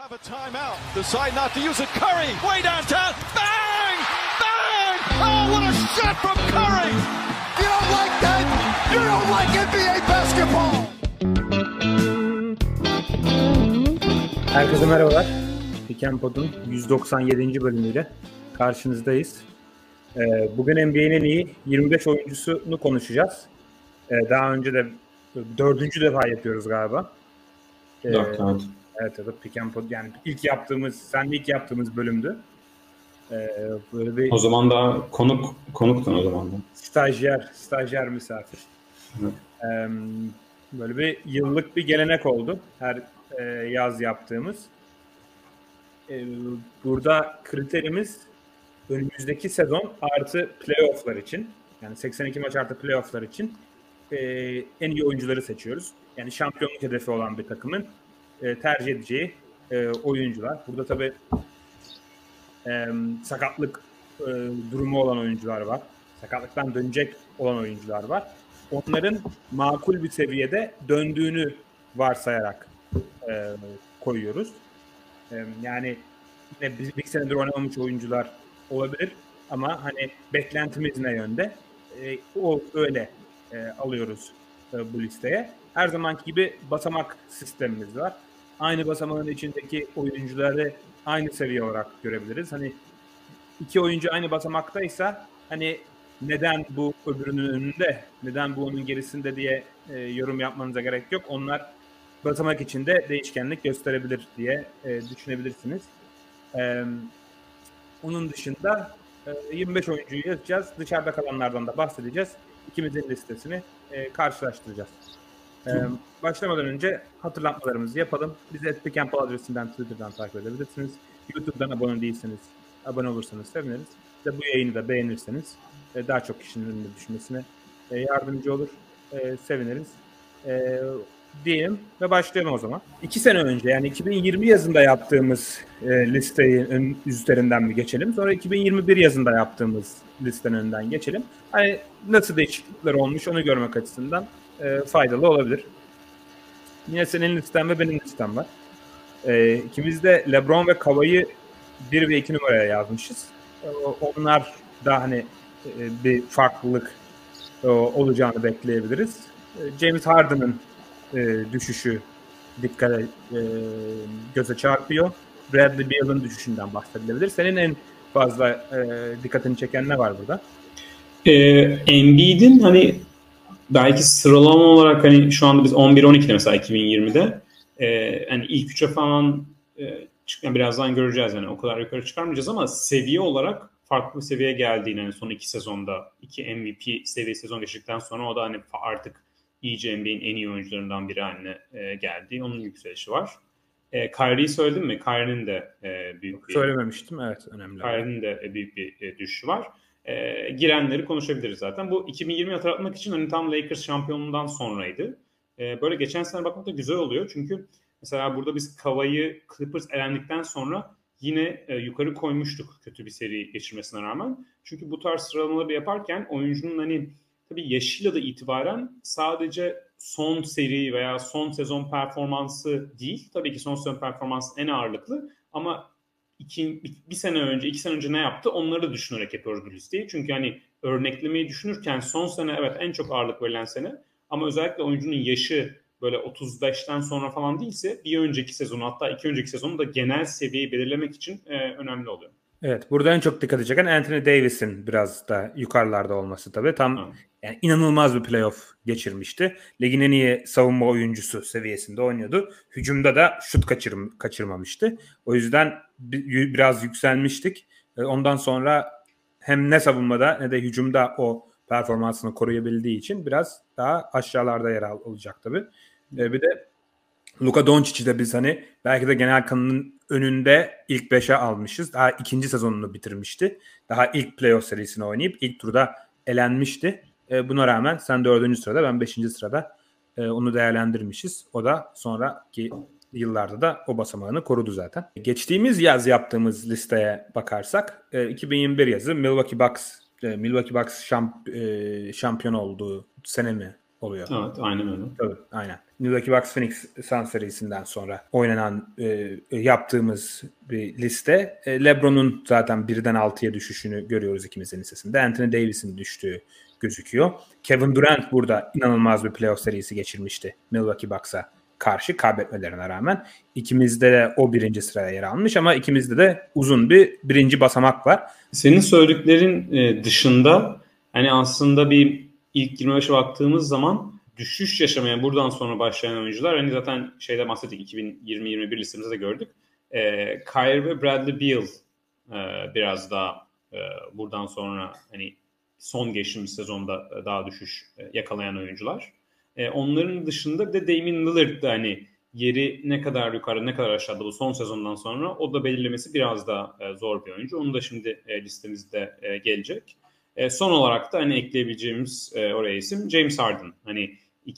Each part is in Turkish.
Have a timeout. Decide not to use it. Curry, way downtown. Bang! Bang! Oh, what a shot from Curry! You don't like that? You don't like NBA basketball. Herkese merhabalar. Pick and Pod'un 197. bölümüyle karşınızdayız. Bugün NBA'nin en iyi 25 oyuncusunu konuşacağız. Daha önce de 4. defa yapıyoruz galiba. Evet. Evet, Pick and Pod yani ilk yaptığımız bölümdü. Böyle bir O zaman da konuktun o zaman da. Stajyer misafir. Evet. Böyle bir yıllık bir gelenek oldu her yaz yaptığımız. Burada kriterimiz önümüzdeki sezon artı playoff'lar için. Yani 82 maç artı playoff'lar için en iyi oyuncuları seçiyoruz. Yani şampiyonluk hedefi olan bir takımın tercih edeceği oyuncular. Burada tabii sakatlık durumu olan oyuncular var. Sakatlıktan dönecek olan oyuncular var. Onların makul bir seviyede döndüğünü varsayarak koyuyoruz. Yani yine bir senedir oynamamış oyuncular olabilir ama hani beklentimiz ne yönde? O öyle alıyoruz bu listeye. Her zamanki gibi basamak sistemimiz var. Aynı basamağın içindeki oyuncuları aynı seviye olarak görebiliriz. Hani iki oyuncu aynı basamaktaysa hani neden bu öbürünün önünde, neden bu onun gerisinde diye yorum yapmanıza gerek yok. Onlar basamak içinde değişkenlik gösterebilir diye düşünebilirsiniz. Onun dışında 25 oyuncuyu yazacağız. Dışarıda kalanlardan da bahsedeceğiz. İkimizin listesini karşılaştıracağız. Başlamadan önce hatırlatmalarımızı yapalım. Bizi @pickandpod adresinden Twitter'dan takip edebilirsiniz. YouTube'dan abone değilseniz, abone olursanız seviniriz. Ve bu yayını da beğenirseniz daha çok kişinin önünde düşmesine yardımcı olur. Seviniriz. Diyelim ve başlayalım o zaman. 2 sene önce yani 2020 yazında yaptığımız listeyi üzerinden mi geçelim? Sonra 2021 yazında yaptığımız listenin önünden geçelim. Hani nasıl değişiklikler olmuş onu görmek açısından faydalı olabilir. Yine senin listen ve benim listem var. İkimiz de LeBron ve Kawhi'yi 1 ve 2 numaraya yazmışız. Onlar da hani bir farklılık olacağını bekleyebiliriz. James Harden'ın düşüşü dikkate göze çarpıyor. Bradley Beal'ın düşüşünden bahsedilebilir. Senin en fazla dikkatini çeken ne var burada? Embiid'in hani belki sıralama olarak hani şu anda biz 11-12'de mesela 2020'de hani ilk 3'e falan yani birazdan göreceğiz yani o kadar yukarı çıkarmayacağız ama seviye olarak farklı bir seviyeye geldiğini yani son 2 sezonda 2 MVP seviye sezon geçtikten sonra o da hani artık iyice NBA'nin en iyi oyuncularından biri haline geldi. Onun yükselişi var. Kyrie'yi söyledim mi? Kyrie'nin de büyük bir... Söylememiştim. Evet, önemli. Kyrie'nin de büyük bir düşüşü var. Girenleri konuşabiliriz zaten. Bu 2020'yi hatırlatmak için hani tam Lakers şampiyonluğundan sonraydı. Böyle geçen sene bakmak da güzel oluyor. Çünkü mesela burada biz Kawhi'yi Clippers elendikten sonra yine yukarı koymuştuk kötü bir seri geçirmesine rağmen. Çünkü bu tarz sıralamaları yaparken oyuncunun hani tabii yaşıyla da itibaren sadece son seri veya son sezon performansı değil. Tabii ki son sezon performansı en ağırlıklı ama 2 sene önce ne yaptı onları da düşünerek yapıyoruz bu listeyi. Çünkü hani örneklemeyi düşünürken son sene evet en çok ağırlık verilen sene ama özellikle oyuncunun yaşı böyle 35'ten sonra falan değilse bir önceki sezonu hatta 2 önceki sezonu da genel seviyeyi belirlemek için önemli oluyor. Evet, burada en çok dikkat çeken Anthony Davis'in biraz da yukarılarda olması tabii. Yani inanılmaz bir playoff geçirmişti. Ligin en iyi savunma oyuncusu seviyesinde oynuyordu. Hücumda da şut kaçırmamıştı. O yüzden biraz yükselmiştik. Ondan sonra hem ne savunmada ne de hücumda o performansını koruyabildiği için biraz daha aşağılarda yer alacak tabii. Bir de Luka Doncic'i de biz hani belki de genel kanının önünde ilk 5'e almışız. Daha 2. sezonunu bitirmişti. Daha ilk playoff serisini oynayıp ilk turda elenmişti. Buna rağmen sen 4. sırada ben 5. sırada onu değerlendirmişiz. O da sonraki yıllarda da o basamağını korudu zaten. Geçtiğimiz yaz yaptığımız listeye bakarsak 2021 yazı Milwaukee Bucks şampiyon olduğu sene mi oluyor? Evet, aynen öyle. Tabii, aynen. Milwaukee Bucks Phoenix Suns serisinden sonra oynanan yaptığımız bir liste. LeBron'un zaten 1'den 6'ya düşüşünü görüyoruz ikimizin listesinde. Anthony Davis'in düştüğü gözüküyor. Kevin Durant burada inanılmaz bir playoff serisi geçirmişti Milwaukee Bucks'a karşı kaybetmelerine rağmen. İkimizde de o 1. sıraya yer almış ama ikimizde de uzun bir 1. basamak var. Senin söylediklerin dışında hani aslında bir ilk 25'e baktığımız zaman düşüş yaşamaya buradan sonra başlayan oyuncular hani zaten şeyde bahsettik 2020-21 listemizde de gördük. Kyrie ve Bradley Beal biraz daha buradan sonra hani son geçtiğimiz sezonda daha düşüş yakalayan oyuncular. Onların dışında bir de Damian Lillard da hani yeri ne kadar yukarı ne kadar aşağıda bu son sezondan sonra o da belirlemesi biraz daha zor bir oyuncu. Onu da şimdi listemizde gelecek. Son olarak da hani ekleyebileceğimiz oraya isim James Harden. Hani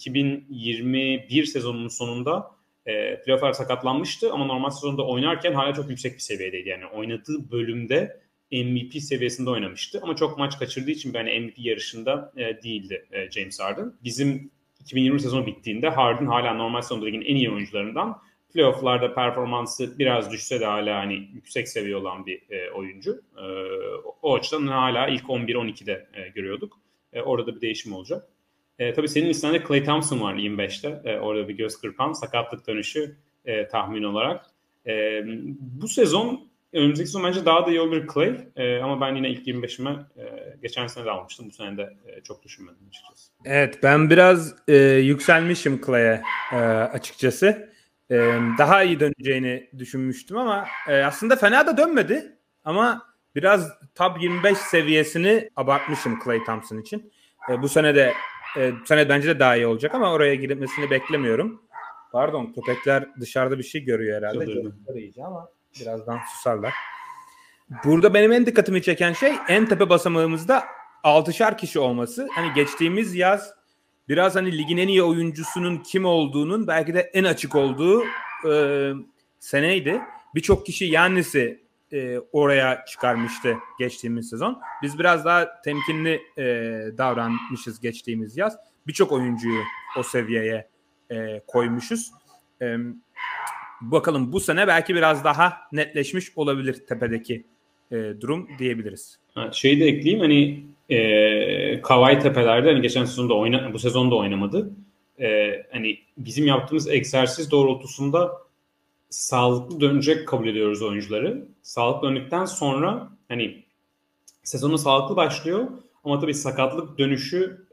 2021 sezonunun sonunda playoff'lar sakatlanmıştı ama normal sezonda oynarken hala çok yüksek bir seviyedeydi. Yani oynadığı bölümde MVP seviyesinde oynamıştı ama çok maç kaçırdığı için yani MVP yarışında değildi James Harden. Bizim 2020 sezonu bittiğinde Harden hala normal sezonda ligin en iyi oyuncularından. Playoff'larda performansı biraz düşse de hala hani yüksek seviye olan bir oyuncu. O açıdan hala ilk 11-12'de görüyorduk. Orada bir değişim olacak. Tabii senin listende Klay Thompson var 25'te. Orada bir göz kırpan sakatlık dönüşü tahmin olarak. Bu sezon önümüzdeki sezon bence daha da iyi olur Klay. Ama ben yine ilk 25'ime geçen sene de almıştım. Bu sene de çok düşünmedim açıkçası. Evet, ben biraz yükselmişim Klay'e açıkçası. Daha iyi döneceğini düşünmüştüm ama aslında fena da dönmedi. Ama biraz top 25 seviyesini abartmışım Klay Thompson için. Bu sene bence de daha iyi olacak ama oraya gitmesini beklemiyorum. Pardon, köpekler dışarıda bir şey görüyor herhalde. Çocuklar iyice ama birazdan susarlar. Burada benim en dikkatimi çeken şey en tepe basamağımızda 6'şar kişi olması. Hani geçtiğimiz yaz biraz hani ligin en iyi oyuncusunun kim olduğunun belki de en açık olduğu seneydi. Birçok kişi Yannis'i oraya çıkarmıştı geçtiğimiz sezon. Biz biraz daha temkinli davranmışız geçtiğimiz yaz. Birçok oyuncuyu o seviyeye koymuşuz. Bakalım bu sene belki biraz daha netleşmiş olabilir tepedeki durum diyebiliriz. Şeyi de ekleyeyim hani Kawhi tepelerde hani geçen sezonda bu sezonda oynamadı. Hani bizim yaptığımız egzersiz doğrultusunda sağlıklı dönecek kabul ediyoruz oyuncuları. Sağlıklı döndükten sonra hani sezonu sağlıklı başlıyor ama tabii sakatlık dönüşü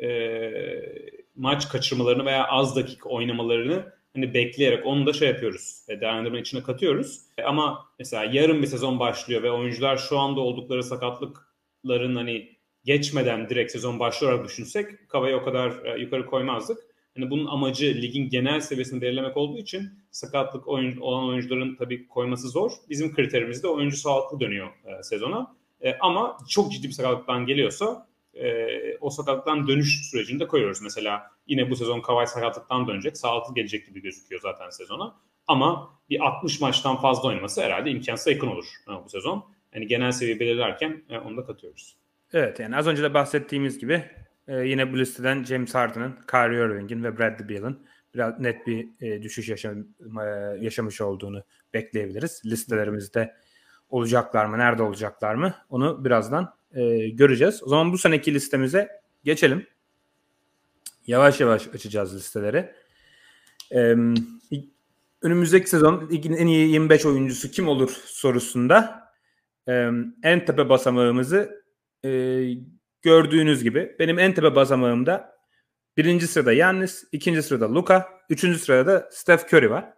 maç kaçırmalarını veya az dakika oynamalarını hani bekleyerek onu da şey yapıyoruz. Değerlendirme içine katıyoruz. Ama mesela yarın bir sezon başlıyor ve oyuncular şu anda oldukları sakatlıkların hani geçmeden direkt sezon başlayarak düşünsek Kawhi'yi o kadar yukarı koymazdık. Hani bunun amacı ligin genel seviyesini belirlemek olduğu için sakatlık olan oyuncuların tabii koyması zor. Bizim kriterimiz de oyuncu sağlıklı dönüyor sezona. Ama çok ciddi bir sakatlıktan geliyorsa o sakatlıktan dönüş sürecinde koyuyoruz. Mesela yine bu sezon Kawhi sakatlıktan dönecek. Sağlıklı gelecek gibi gözüküyor zaten sezona. Ama bir 60 maçtan fazla oynaması herhalde imkansıza yakın olur bu sezon. Yani genel seviye belirlerken onu da katıyoruz. Evet, yani az önce de bahsettiğimiz gibi yine bu listeden James Harden'ın, Kyrie Irving'in ve Bradley Beal'ın biraz net bir düşüş yaşamış olduğunu bekleyebiliriz. Listelerimizde olacaklar mı, nerede olacaklar mı onu birazdan göreceğiz. O zaman bu seneki listemize geçelim. Yavaş yavaş açacağız listeleri. Önümüzdeki sezon ligin en iyi 25 oyuncusu kim olur sorusunda en tepe basamağımızı gördüğünüz gibi benim en tepe basamağımda 1. sırada Giannis, 2. sırada Luka, 3. sırada da Steph Curry var.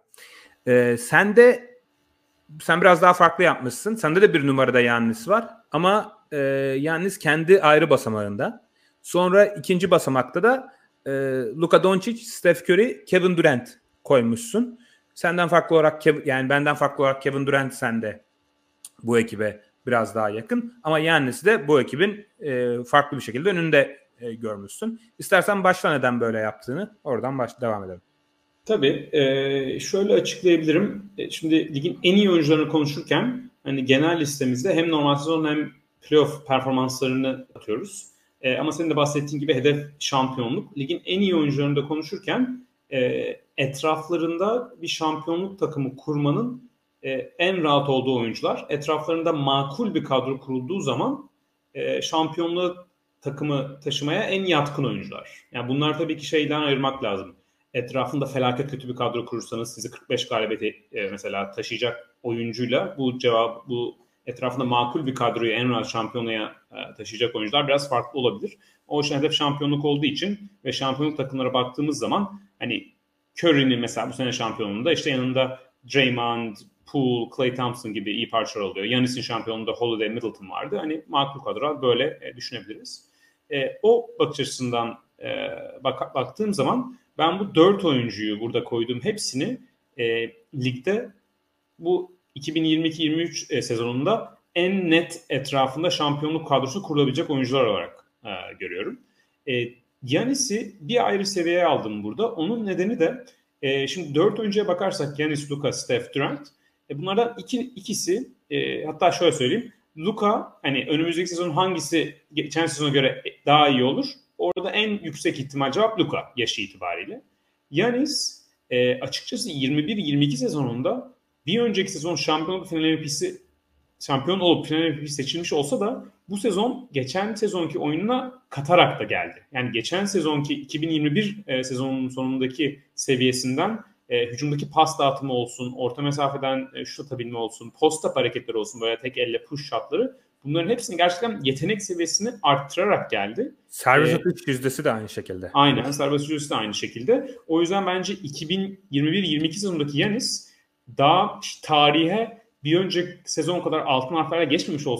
Sen biraz daha farklı yapmışsın. Sende de 1 numarada Giannis var ama Giannis kendi ayrı basamağında. Sonra 2. basamakta da Luka Doncic, Steph Curry, Kevin Durant koymuşsun. Senden farklı olarak benden farklı olarak Kevin Durant sende bu ekibe biraz daha yakın ama Giannis'i de bu ekibin farklı bir şekilde önünde görmüşsün. İstersen başla neden böyle yaptığını, oradan devam edelim. Tabii. Şöyle açıklayabilirim. Şimdi ligin en iyi oyuncularını konuşurken hani genel listemizde hem normal sezon hem playoff performanslarını atıyoruz. Ama senin de bahsettiğin gibi hedef şampiyonluk. Ligin en iyi oyuncularını da konuşurken etraflarında bir şampiyonluk takımı kurmanın en rahat olduğu oyuncular. Etraflarında makul bir kadro kurulduğu zaman şampiyonluğu takımı taşımaya en yatkın oyuncular. Yani bunlar tabii ki şeyden ayırmak lazım. Etrafında felaket kötü bir kadro kurursanız sizi 45 galibiyete mesela taşıyacak oyuncuyla bu etrafında makul bir kadroyu en rahat şampiyonluğa taşıyacak oyuncular biraz farklı olabilir. O yüzden hedef şampiyonluk olduğu için ve şampiyonluk takımlara baktığımız zaman hani Curry'nin mesela bu sene şampiyonluğunda işte yanında Draymond, Poole, Klay Thompson gibi iyi parçalar oluyor. Giannis'in şampiyonluğunda Holiday, Middleton vardı. Hani makul kadro böyle düşünebiliriz. O bakış açısından baktığım zaman ben bu 4 oyuncuyu burada koyduğum hepsini ligde bu 2022-23 sezonunda en net etrafında şampiyonluk kadrosu kurulabilecek oyuncular olarak görüyorum. Giannis'i bir ayrı seviyeye aldım burada. Onun nedeni de şimdi 4 oyuncuya bakarsak Giannis, Luka, Steph, Durant. Bunlardan ikisi hatta şöyle söyleyeyim. Luka hani önümüzdeki sezon hangisi geçen sezona göre daha iyi olur? Orada en yüksek ihtimal cevap Luka yaşı itibariyle. Giannis açıkçası 21-22 sezonunda bir önceki sezon şampiyon olup final MVP'si seçilmiş olsa da bu sezon geçen sezonki oyununa katarak da geldi. Yani geçen sezonki 2021 sezonunun sonundaki seviyesinden hücumdaki pas dağıtımı olsun, orta mesafeden şut atabilme olsun, post-up hareketleri olsun, böyle tek elle push shotları, bunların hepsini gerçekten yetenek seviyesini arttırarak geldi. Servis atış yüzdesi de aynı şekilde. Aynen, servis yüzdesi de aynı şekilde. O yüzden bence 2021-22 sezonundaki Giannis daha tarihe bir önceki sezon kadar altın harflerle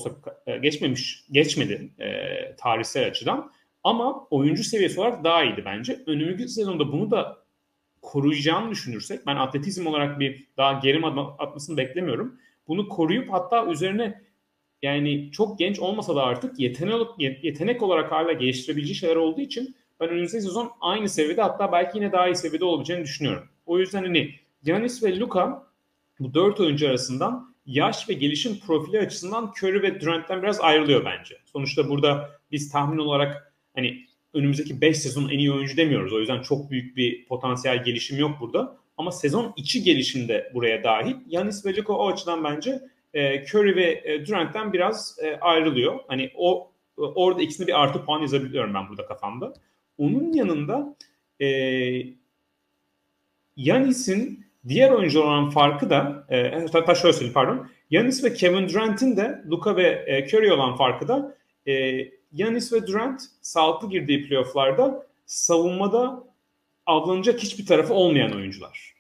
geçmedi tarihsel açıdan. Ama oyuncu seviyesi olarak daha iyiydi bence. Önümüzdeki sezonda bunu da koruyacağını düşünürsek, ben atletizm olarak bir daha geri atmasını beklemiyorum. Bunu koruyup hatta üzerine yani çok genç olmasa da artık yetenek olarak hala geliştirebileceği şeyler olduğu için ben önümüzdeki sezon aynı seviyede, hatta belki yine daha iyi seviyede olabileceğini düşünüyorum. O yüzden hani Giannis ve Luka bu 4 oyuncu arasından yaş ve gelişim profili açısından Curry ve Durant'ten biraz ayrılıyor bence. Sonuçta burada biz tahmin olarak hani önümüzdeki 5 sezonun en iyi oyuncu demiyoruz. O yüzden çok büyük bir potansiyel gelişim yok burada. Ama sezon içi gelişim de buraya dahil. Giannis ve Luka o açıdan bence Curry ve Durant'ten biraz ayrılıyor. Hani orada ikisini bir artı puan yazabiliyorum ben burada kafamda. Onun yanında Giannis'in diğer oyuncular olan farkı da hatta şöyle söyleyeyim pardon. Giannis ve Kevin Durant'in de Luka ve Curry olan farkı da Giannis ve Durant sağlıklı girdiği playoff'larda savunmada avlanacak hiçbir tarafı olmayan oyuncular.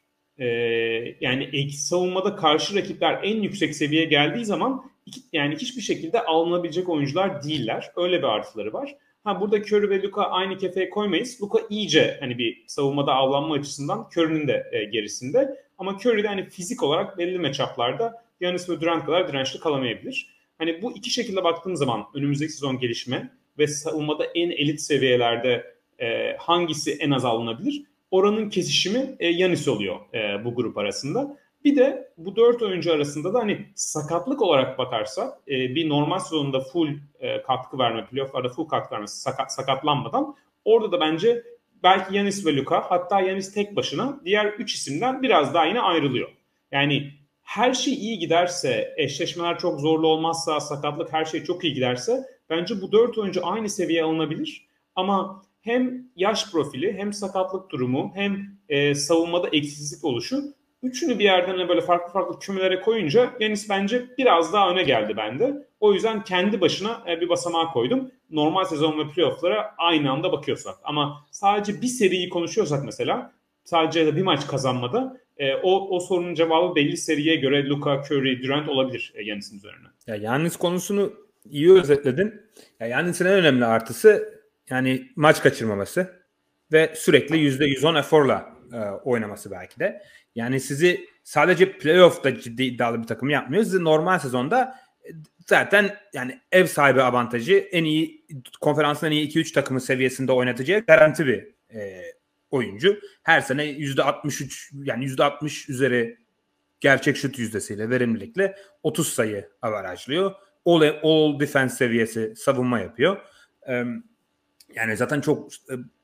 Yani savunmada karşı rakipler en yüksek seviyeye geldiği zaman yani hiçbir şekilde alınabilecek oyuncular değiller. Öyle bir artıları var. Burada Curry ve Luka aynı kefeye koymayız. Luka iyice hani bir savunmada avlanma açısından Curry'nin de gerisinde. Ama Curry de hani fizik olarak belli matchup'larda Giannis ve Durant kadar dirençli kalamayabilir. Hani bu iki şekilde baktığım zaman önümüzdeki sezon gelişme ve savunmada en elit seviyelerde hangisi en az alınabilir? Oranın kesişimi Giannis oluyor bu grup arasında. Bir de bu 4 oyuncu arasında da hani sakatlık olarak bakarsak bir normal sezonunda full katkı verme, playoff'larda full katkı vermesi sakatlanmadan orada da bence belki Giannis ve Luka, hatta Giannis tek başına diğer 3 isimden biraz daha yine ayrılıyor. Yani her şey iyi giderse, eşleşmeler çok zorlu olmazsa, sakatlık her şey çok iyi giderse bence bu 4 oyuncu aynı seviyeye alınabilir. Ama hem yaş profili, hem sakatlık durumu, hem savunmada eksiksizlik oluşu, üçünü bir yerden böyle farklı farklı kümelere koyunca Giannis bence biraz daha öne geldi bende. O yüzden kendi başına bir basamağa koydum. Normal sezon ve playoff'lara aynı anda bakıyorsak. Ama sadece bir seriyi konuşuyorsak mesela, sadece bir maç kazanmada o sorunun cevabı belli seriye göre Luka, Curry, Durant olabilir Giannis'in üzerine. Ya Giannis konusunu iyi özetledin. Ya Giannis'in en önemli artısı yani maç kaçırmaması ve sürekli %110 eforla oynaması belki de. Yani sizi sadece playoff'ta ciddi iddialı bir takım yapmıyor. Sizi normal sezonda zaten yani ev sahibi avantajı, en iyi konferansın en iyi 2-3 takımı seviyesinde oynatacağı garanti bir oyuncu. Her sene %63 yani %60 üzeri gerçek şut yüzdesiyle, verimlilikle 30 sayı averajlıyor. All defense seviyesi savunma yapıyor. Yani zaten çok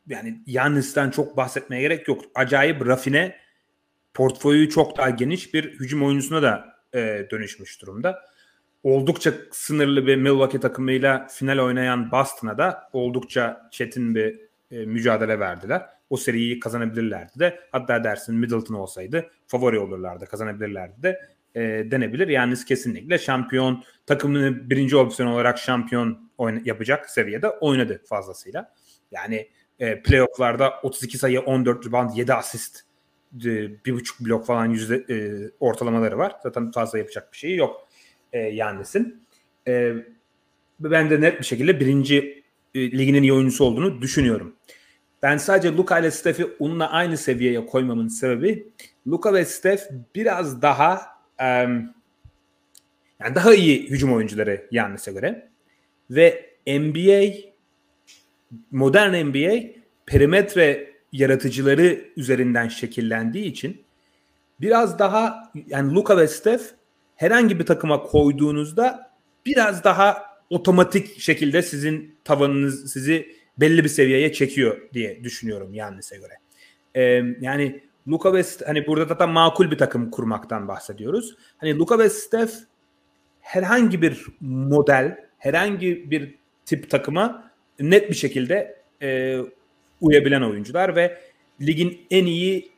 yani Giannis'ten çok bahsetmeye gerek yok. Acayip rafine, portföyü çok daha geniş bir hücum oyuncusuna da dönüşmüş durumda. Oldukça sınırlı bir Milwaukee takımıyla final oynayan Boston'a da oldukça çetin bir mücadele verdiler. O seriyi kazanabilirlerdi de. Hatta dersin Middleton olsaydı favori olurlardı, kazanabilirlerdi de denebilir. Yani kesinlikle şampiyon, takımını birinci opsiyon olarak şampiyon yapacak seviyede oynadı fazlasıyla. Yani playoff'larda 32 sayı, 14 rebound, 7 asist, 1,5 blok falan ortalamaları var. Zaten fazla yapacak bir şeyi yok Giannis'in. Ben de net bir şekilde birinci ligin en iyi oyuncusu olduğunu düşünüyorum. Ben sadece Luka ile Steph'i onunla aynı seviyeye koymamın sebebi Luka ve Steph biraz daha yani daha iyi hücum oyuncuları Giannis'e göre ve modern NBA perimetre yaratıcıları üzerinden şekillendiği için biraz daha yani Luka ve Steph herhangi bir takıma koyduğunuzda biraz daha otomatik şekilde sizin tavanınız sizi belli bir seviyeye çekiyor diye düşünüyorum Giannis'e göre. Yani Luka ve hani burada da makul bir takım kurmaktan bahsediyoruz. Hani Luka ve Steph herhangi bir model, herhangi bir tip takıma net bir şekilde uyabilen oyuncular ve ligin en iyi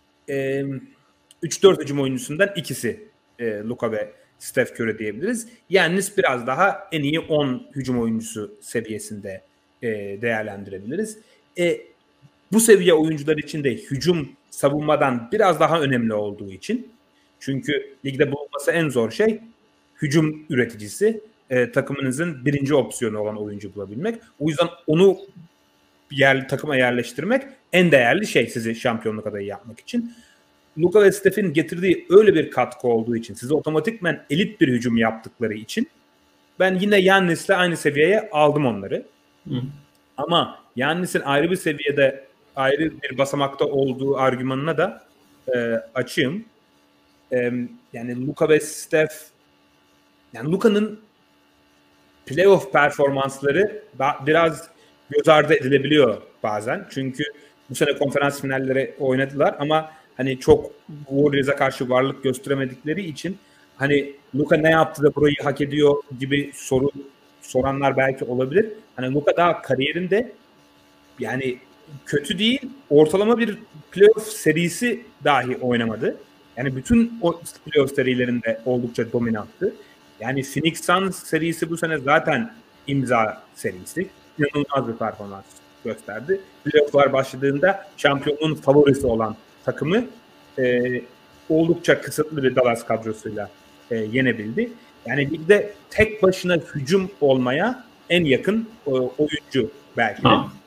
3-4 hücum oyuncusundan ikisi Luka ve Steph Curry diyebiliriz. Giannis biraz daha en iyi 10 hücum oyuncusu seviyesinde değerlendirebiliriz. Bu seviye oyuncular için de hücum savunmadan biraz daha önemli olduğu için, çünkü ligde bulunması en zor şey hücum üreticisi, takımınızın birinci opsiyonu olan oyuncu bulabilmek. O yüzden onu takıma yerleştirmek en değerli şey sizi şampiyonluk adayı yapmak için. Luka ve Steph'in getirdiği öyle bir katkı olduğu için, size otomatikmen elit bir hücum yaptıkları için ben yine Giannis'le aynı seviyeye aldım onları. Ama Giannis'in ayrı bir seviyede, ayrı bir basamakta olduğu argümanına da açığım. Yani Luka ve Steph, yani Luka'nın playoff performansları biraz göz ardı edilebiliyor bazen. Çünkü bu sene konferans finalleri oynadılar ama hani çok Warriors'a karşı varlık gösteremedikleri için hani Luka ne yaptı da burayı hak ediyor gibi soranlar belki olabilir. Hani Luka daha kariyerinde yani kötü değil, ortalama bir playoff serisi dahi oynamadı. Yani bütün o playoff serilerinde oldukça dominanttı. Yani Phoenix Suns serisi bu sene zaten imza serisi. İnanılmaz bir performans gösterdi. Playoff'lar başladığında şampiyonluğun favorisi olan takımı oldukça kısıtlı bir Dallas kadrosuyla yenebildi. Yani ligde tek başına hücum olmaya en yakın oyuncu belki de.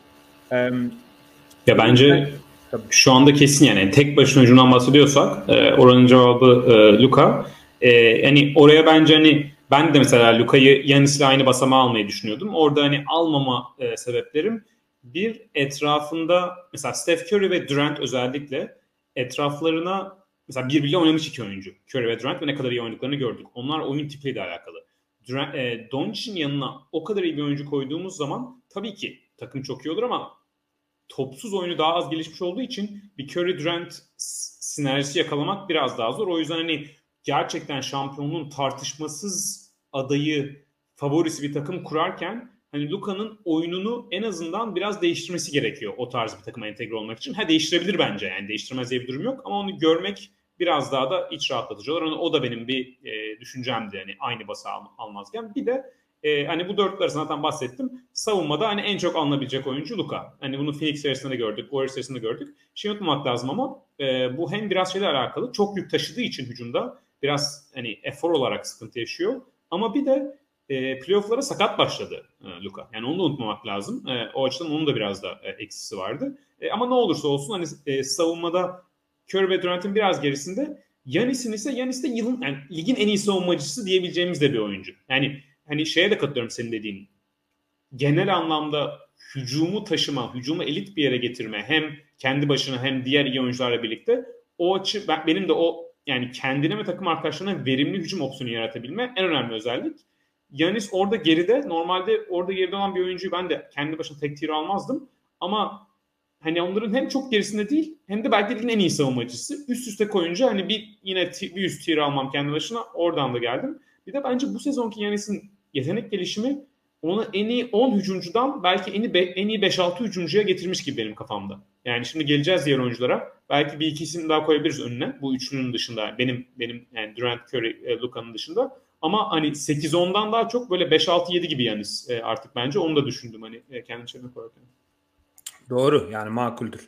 Ya bence şu anda kesin yani tek başına hücumdan bahsediyorsak oranın cevabı Luka. Yani oraya bence hani ben de mesela Luka'yı Giannis'le aynı basamağa almayı düşünüyordum. Orada hani almama sebeplerim bir, etrafında mesela Steph Curry ve Durant özellikle etraflarına mesela birbiriyle oynamış iki oyuncu. Curry ve Durant ve ne kadar iyi oynadıklarını gördük. Onlar oyun tipiyle alakalı. Doncic'in yanına o kadar iyi bir oyuncu koyduğumuz zaman tabii ki takım çok iyi olur ama topsuz oyunu daha az gelişmiş olduğu için bir Curry Durant sinerjisi yakalamak biraz daha zor. O yüzden hani gerçekten şampiyonluğun tartışmasız adayı, favorisi bir takım kurarken hani Luka'nın oyununu en azından biraz değiştirmesi gerekiyor o tarz bir takıma entegre olmak için. Değiştirebilir bence, yani değiştirmez diye bir durum yok ama onu görmek biraz daha da iç rahatlatıcı olur. O da benim bir düşüncemdi hani aynı basa almazken. Bir de hani bu dörtlü arasında zaten bahsettim. Savunmada hani en çok alınabilecek oyuncu Luka. Hani bunu Phoenix serisinde de gördük, Warriors serisinde gördük. Şey unutmamak lazım ama bu hem biraz şeyle alakalı, çok yük taşıdığı için hücumda biraz hani efor olarak sıkıntı yaşıyor. Ama bir de playoff'lara sakat başladı Luka. Yani onu da unutmamak lazım. O açıdan onun da biraz da eksisi vardı. Ama ne olursa olsun hani savunmada Curry ve Durant'in biraz gerisinde, Giannis de yılın yani ligin en iyi savunmacısı diyebileceğimiz de bir oyuncu. Yani hani şeye de katılıyorum senin dediğin. Genel anlamda hücumu taşıma, hücumu elit bir yere getirme, hem kendi başına hem diğer iyi oyuncularla birlikte, o açı benim de o yani kendine ve takım arkadaşlarına verimli hücum opsiyonu yaratabilme en önemli özellik. Giannis orada geride, normalde orada geride olan bir oyuncuyu ben de kendi başına tek tier almazdım ama hani onların hem çok gerisinde değil hem de belki ligin en iyi savunmacısı. Üst üste koyunca hani yine bir üst tier almam kendi başına, oradan da geldim. Bir de bence bu sezonki Giannis'in yetenek gelişimi onu en iyi 10 hücumcudan belki en iyi 5-6 hücumcuya getirmiş gibi benim kafamda. Yani şimdi geleceğiz diğer oyunculara. Belki bir iki isim daha koyabiliriz önüne. Bu üçlünün dışında. Benim yani Durant, Curry, Luka'nın dışında. Ama hani 8-10'dan daha çok böyle 5-6-7 gibi Giannis artık bence. Onu da düşündüm hani kendi içine koyarken. Doğru, yani makuldür.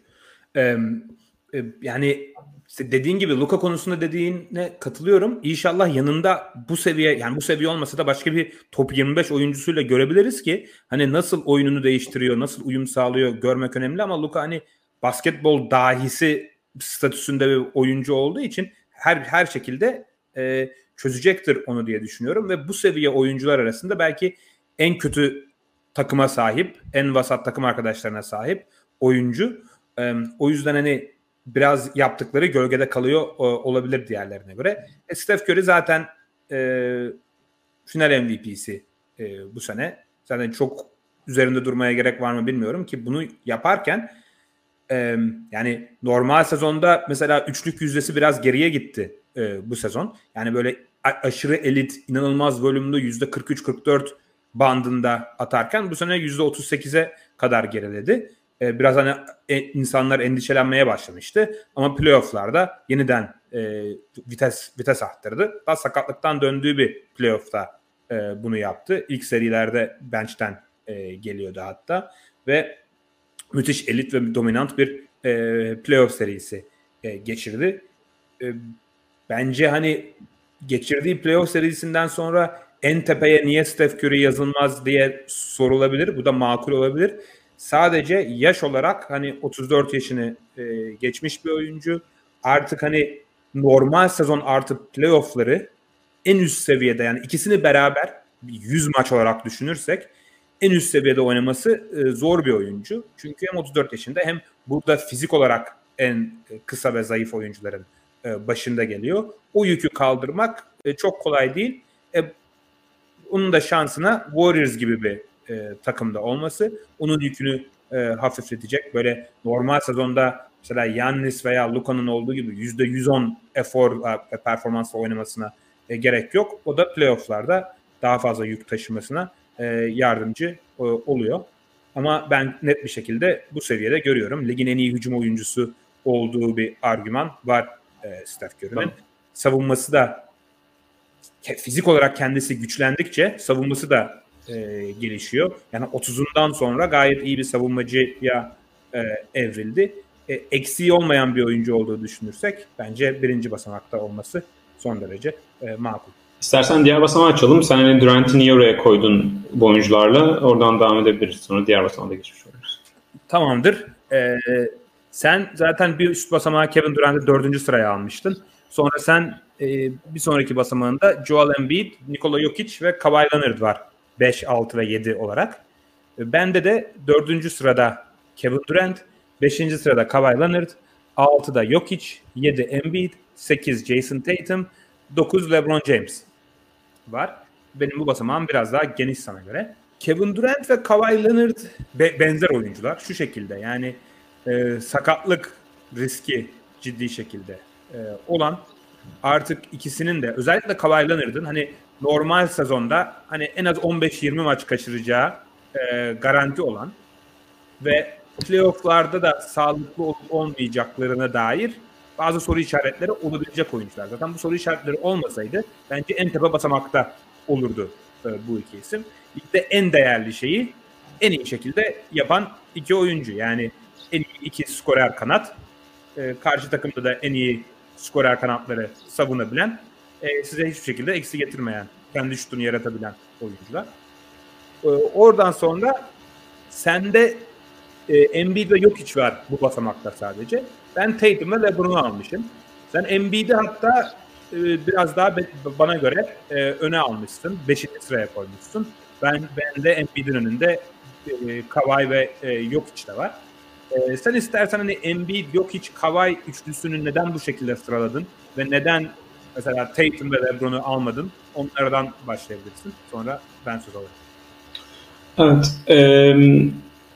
Yani dediğin gibi Luka konusunda dediğine katılıyorum. İnşallah yanında bu seviye, yani bu seviye olmasa da başka bir top 25 oyuncusuyla görebiliriz ki hani nasıl oyununu değiştiriyor, nasıl uyum sağlıyor görmek önemli, ama Luka hani basketbol dahisi statüsünde bir oyuncu olduğu için her şekilde çözecektir onu diye düşünüyorum ve bu seviye oyuncular arasında belki en kötü takıma sahip, en vasat takım arkadaşlarına sahip oyuncu. O yüzden hani biraz yaptıkları gölgede kalıyor olabilir diğerlerine göre. Steph Curry zaten final MVP'si bu sene. Zaten çok üzerinde durmaya gerek var mı bilmiyorum ki bunu yaparken yani normal sezonda mesela üçlük yüzdesi biraz geriye gitti bu sezon. Yani böyle aşırı elit, inanılmaz volümlü %43-44 bandında atarken bu sene %38'e kadar geriledi. Biraz hani insanlar endişelenmeye başlamıştı. Ama playoff'larda yeniden vites arttırdı. Daha sakatlıktan döndüğü bir playoff'ta bunu yaptı. İlk serilerde bench'ten geliyordu hatta. Ve müthiş elit ve dominant bir playoff serisi geçirdi. Bence hani geçirdiği playoff serisinden sonra en tepeye niye Steph Curry yazılmaz diye sorulabilir. Bu da makul olabilir. Sadece yaş olarak hani 34 yaşını geçmiş bir oyuncu. Artık hani normal sezon artı playoff'ları en üst seviyede, yani ikisini beraber 100 maç olarak düşünürsek en üst seviyede oynaması zor bir oyuncu. Çünkü hem 34 yaşında hem burada fizik olarak en kısa ve zayıf oyuncuların başında geliyor. O yükü kaldırmak çok kolay değil. Onun da şansına Warriors gibi bir takımda olması onun yükünü hafifletecek. Böyle normal sezonda mesela Giannis veya Luka'nın olduğu gibi %110 efor performansla oynamasına gerek yok. O da playoff'larda daha fazla yük taşımasına yardımcı oluyor. Ama ben net bir şekilde bu seviyede görüyorum. Ligin en iyi hücum oyuncusu olduğu bir argüman var Steph Curry'nin. Tamam. Savunması da fizik olarak kendisi güçlendikçe savunması da gelişiyor. Yani 30'undan sonra gayet iyi bir savunmacıya evrildi. Eksiği olmayan bir oyuncu olduğu düşünürsek bence birinci basamakta olması son derece makul. İstersen diğer basamağı açalım. Sen hani Durant'i niye oraya koydun bu oyuncularla? Oradan devam edebiliriz. Sonra diğer basamağa da geçmiş oluruz. Tamamdır. Sen zaten bir üst basamağı Kevin Durant'ı 4. sıraya almıştın. Sonra sen bir sonraki basamağında Joel Embiid, Nikola Jokic ve Kawhi Leonard var. 5, 6 ve 7 olarak. Bende de 4. sırada Kevin Durant, 5. sırada Kawhi Leonard, 6'da Jokic, 7 Embiid, 8 Jason Tatum, 9 LeBron James var. Benim bu basamağım biraz daha geniş sana göre. Kevin Durant ve Kawhi Leonard benzer oyuncular. Şu şekilde yani sakatlık riski ciddi şekilde olan, artık ikisinin de özellikle Kawhi Leonard'ın hani normal sezonda hani en az 15-20 maç kaçıracağı garanti olan ve playoff'larda da sağlıklı olup olmayacaklarına dair bazı soru işaretleri olabilecek oyuncular. Zaten bu soru işaretleri olmasaydı bence en tepe basamakta olurdu bu iki isim. İşte en değerli şeyi en iyi şekilde yapan iki oyuncu. Yani en iyi iki skorer kanat, karşı takımda da en iyi skorer kanatları savunabilen, size hiçbir şekilde eksi getirmeyen, kendi şutunu yaratabilen oyuncular. Oradan sonra sende Embiid ve Jokic var bu basamakta sadece. Ben Tatum ve LeBron'u almışım. Sen Embiid'i hatta biraz daha bana göre öne almışsın. 5. sıraya koymuşsun. Ben de Embiid'in önünde Kawhi ve Jokic de var. Sen istersen hani Embiid, Jokic, Kawhi üçlüsünü neden bu şekilde sıraladın ve neden mesela Tatum ve LeBron'u almadın? Onlardan başlayabilirsin. Sonra ben söz alırım. Evet.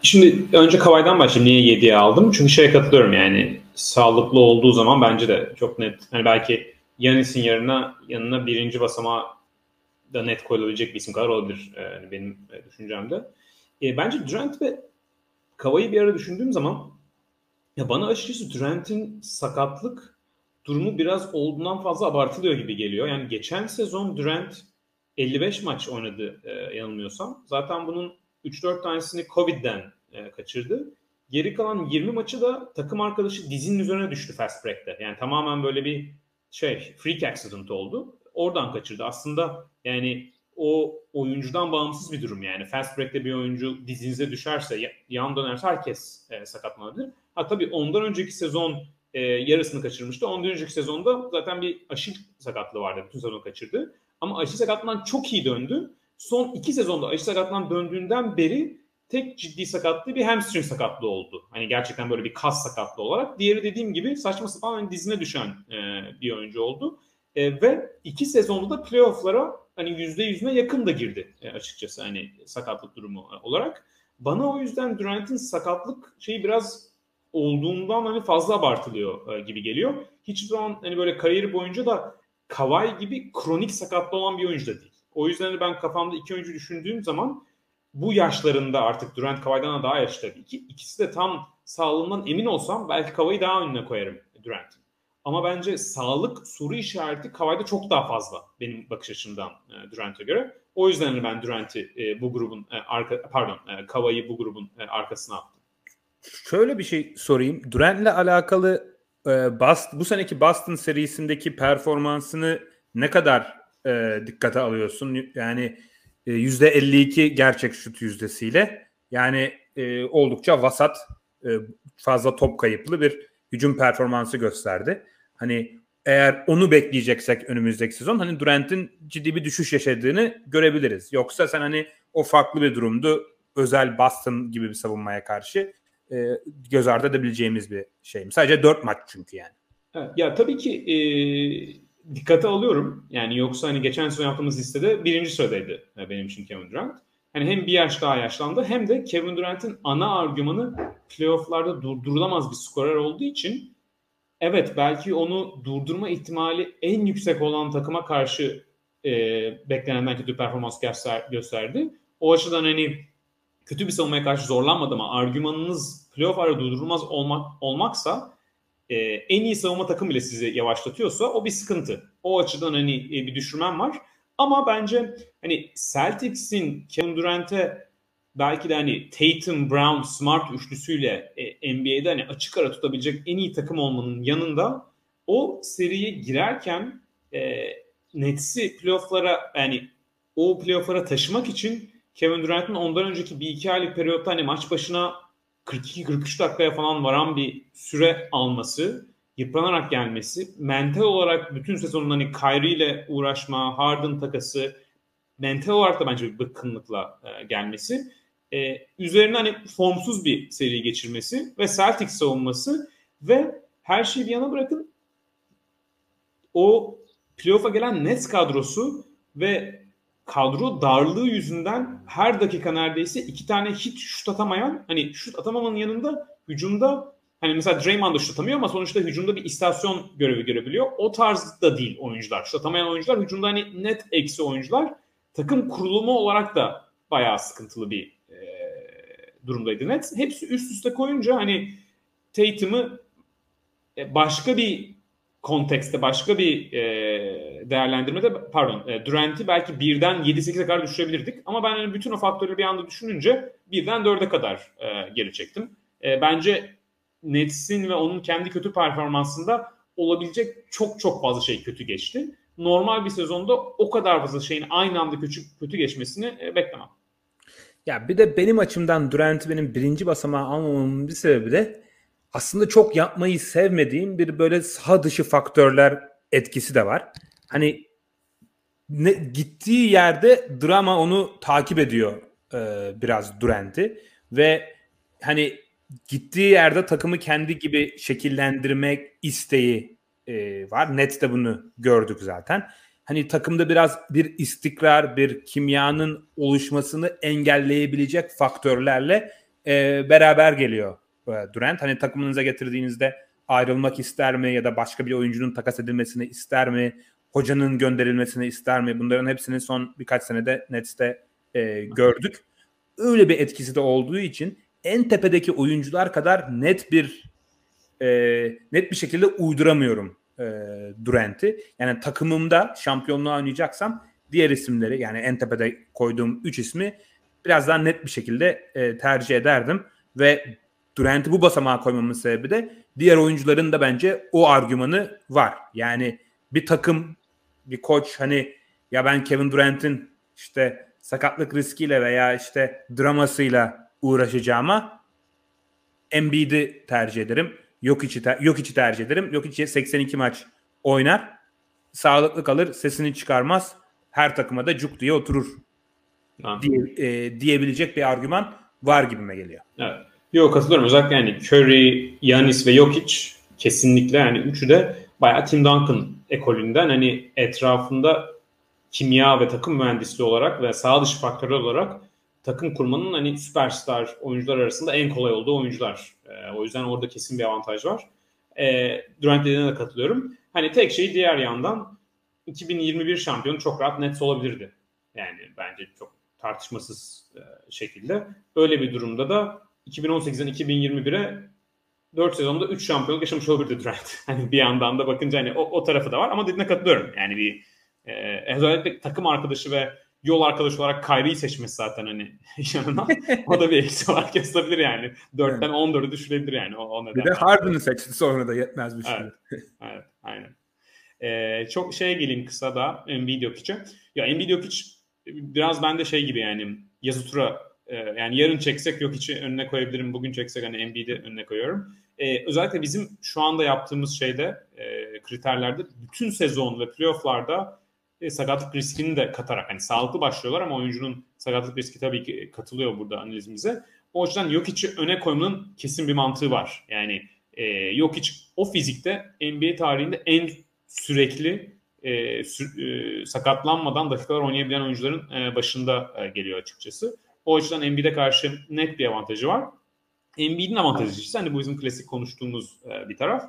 Şimdi önce Kawhi'den başlayayım. Niye 7'ye aldım? Çünkü şeye katılıyorum yani. Sağlıklı olduğu zaman bence de çok net. Hani belki Giannis'in yanına birinci basamağa da net koyulabilecek bir isim kadar olabilir benim düşüncemde. Bence Durant ve Kawhi'yi bir ara düşündüğüm zaman ya bana açıkçası Durant'in sakatlık durumu biraz olduğundan fazla abartılıyor gibi geliyor. Yani geçen sezon Durant 55 maç oynadı yanılmıyorsam. Zaten bunun 3-4 tanesini Covid'den kaçırdı. Geri kalan 20 maçı da takım arkadaşı dizinin üzerine düştü fast break'te. Yani tamamen böyle bir freak accident oldu. Oradan kaçırdı. Aslında yani o oyuncudan bağımsız bir durum yani. Fast break'te bir oyuncu dizinize düşerse, yan dönerse herkes sakatlanabilir. Tabii ondan önceki sezon yarısını kaçırmıştı. Ondan önceki sezonda zaten bir Aşil sakatlığı vardı. Bütün sezonu kaçırdı. Ama Aşil sakatlığından çok iyi döndü. Son 2 sezonda Aşil sakatlığından döndüğünden beri tek ciddi sakatlığı bir hamstring sakatlığı oldu. Hani gerçekten böyle bir kas sakatlığı olarak. Diğeri dediğim gibi saçma sapan hani dizine düşen bir oyuncu oldu. Ve 2 sezonda da playoff'lara hani %100'üne yakın da girdi açıkçası hani sakatlık durumu olarak. Bana o yüzden Durant'in sakatlık şeyi biraz olduğundan hani fazla abartılıyor gibi geliyor. Hiçbir zaman hani böyle kariyeri boyunca da Kawhi gibi kronik sakatlı olan bir oyuncu da değil. O yüzden ben kafamda iki oyuncu düşündüğüm zaman bu yaşlarında artık Durant Kawhi'den daha yaşlı tabii ki. İkisi de tam sağlığından emin olsam belki Kawhi'yi daha önüne koyarım Durant'in. Ama bence sağlık soru işareti Kawhi'de çok daha fazla benim bakış açımdan Durant'e göre. O yüzden ben Durant'i bu grubun Kawhi'yi bu grubun arkasına attım. Şöyle bir şey sorayım. Durant'le alakalı bu seneki Boston serisindeki performansını ne kadar dikkate alıyorsun? Yani %52 gerçek şut yüzdesiyle. Yani oldukça vasat, fazla top kayıplı bir hücum performansı gösterdi. Hani eğer onu bekleyeceksek önümüzdeki sezon hani Durant'in ciddi bir düşüş yaşadığını görebiliriz. Yoksa sen hani o farklı bir durumdu. Özel Boston gibi bir savunmaya karşı göz ardı edebileceğimiz bir şey mi? Sadece 4 maç çünkü yani. Evet, ya tabii ki dikkate alıyorum. Yani yoksa hani geçen sezon yaptığımız listede birinci sıradaydı benim için Kevin Durant. Hani hem bir yaş daha yaşlandı hem de Kevin Durant'in ana argümanı playoff'larda durdurulamaz bir skorer olduğu için evet belki onu durdurma ihtimali en yüksek olan takıma karşı beklenenden kötü performans gösterdi. O açıdan hani kötü bir savunmaya karşı zorlanmadı ama argümanınız playoff'larda durdurulmaz olmaksa en iyi savunma takım bile sizi yavaşlatıyorsa o bir sıkıntı. O açıdan hani bir düşürmem var. Ama bence hani Celtics'in Kevin Durant'e belki de hani Tatum, Brown, Smart üçlüsüyle NBA'de hani açık ara tutabilecek en iyi takım olmanın yanında o seriye girerken Nets'i playoff'lara yani o playoff'lara taşımak için Kevin Durant'ın ondan önceki bir iki aylık periyotta hani maç başına 42-43 dakikaya falan varan bir süre alması, yıpranarak gelmesi, mental olarak bütün sezonun hani Kyrie ile uğraşma, Harden takası, mental olarak da bence bir bıkkınlıkla gelmesi, üzerine hani formsuz bir seri geçirmesi ve Celtics savunması ve her şeyi bir yana bırakın o playoff'a gelen Nets kadrosu ve kadro darlığı yüzünden her dakika neredeyse 2 tane hiç şut atamayan, hani şut atamamanın yanında hücumda hani mesela Draymond da şut atamıyor ama sonuçta hücumda bir istasyon görevi görebiliyor. O tarzda değil oyuncular. Şut atamayan oyuncular hücumda hani net eksi oyuncular. Takım kurulumu olarak da bayağı sıkıntılı bir durumdaydı Nets. Hepsi üst üste koyunca hani Tatum'ı başka bir kontekste, başka bir değerlendirmede Durant'i belki 1'den 7-8'e kadar düşürebilirdik. Ama ben yani bütün o faktörleri bir anda düşününce 1'den 4'e kadar geri çektim. Bence Nets'in ve onun kendi kötü performansında olabilecek çok çok fazla şey kötü geçti. Normal bir sezonda o kadar fazla şeyin aynı anda kötü geçmesini beklemem. Ya bir de benim açımdan Durant'i benim birinci basamağa almamamın bir sebebi de aslında çok yapmayı sevmediğim bir böyle saha dışı faktörler etkisi de var. Hani gittiği yerde drama onu takip ediyor biraz Durant'i ve hani gittiği yerde takımı kendi gibi şekillendirmek isteği var. Nets'te bunu gördük zaten. Hani takımda biraz bir istikrar, bir kimyanın oluşmasını engelleyebilecek faktörlerle beraber geliyor Durant. Hani takımınıza getirdiğinizde ayrılmak ister mi ya da başka bir oyuncunun takas edilmesini ister mi? Hocanın gönderilmesini ister mi? Bunların hepsini son birkaç senede Nets'te gördük. Öyle bir etkisi de olduğu için en tepedeki oyuncular kadar net bir şekilde uyduramıyorum Durant'i. Yani takımımda şampiyonluğa oynayacaksam diğer isimleri, yani en tepede koyduğum 3 ismi biraz daha net bir şekilde tercih ederdim ve Durant'i bu basamağa koymamın sebebi de diğer oyuncuların da bence o argümanı var. Yani bir takım, bir koç hani ya ben Kevin Durant'in işte sakatlık riskiyle veya işte dramasıyla uğraşacağıma Embiid'i tercih ederim. Jokic'i tercih ederim. Jokic 82 maç oynar. Sağlıklı kalır. Sesini çıkarmaz. Her takıma da cuk diye oturur diyebilecek bir argüman var gibime geliyor. Evet. Yok, katılıyorum. Özellikle yani Curry, Giannis ve Jokic kesinlikle, yani üçü de bayağı Tim Duncan ekolünden, hani etrafında kimya ve takım mühendisliği olarak ve sağ dışı faktörler olarak takım kurmanın hani süperstar oyuncular arasında en kolay olduğu oyuncular. O yüzden orada kesin bir avantaj var. Durant dediğine de katılıyorum. Hani tek şey, diğer yandan 2021 şampiyonu çok rahat Nets olabilirdi. Yani bence çok tartışmasız şekilde. Öyle bir durumda da 2018'den 2021'e 4 sezonda 3 şampiyonluk yaşamış olabilirdi Durant. Hani bir yandan da bakınca hani o tarafı da var ama dediğine katılıyorum. Yani bir özellikle takım arkadaşı ve yol arkadaşı olarak Kyrie'yi seçmesi zaten hani yanına. O da bir eksi olarak kesilebilir yani. 4'ten 14'ü düşürebilir yani. O bir de Harden'ı seçti, sonra da yetmez bir şey. Evet, aynen. Çok geleyim kısa da Embiid Jokic'e. Ya Embiid Jokic biraz bende şey gibi, yani yazı tura, yani yarın çeksek Jokic'i önüne koyabilirim. Bugün çeksek hani Embiid'i önüne koyuyorum. Özellikle bizim şu anda yaptığımız kriterlerde bütün sezon ve playoff'larda sakatlık riskini de katarak, hani sağlıklı başlıyorlar ama oyuncunun sakatlık riski tabii ki katılıyor burada analizimize. O yüzden Jokic'i öne koymanın kesin bir mantığı var. Yani Jokic o fizikte NBA tarihinde en sürekli sakatlanmadan dakikalar oynayabilen oyuncuların başında geliyor açıkçası. O açıdan Embiid'e karşı net bir avantajı var. Embiid'in avantajı ise hani bu bizim klasik konuştuğumuz bir taraf.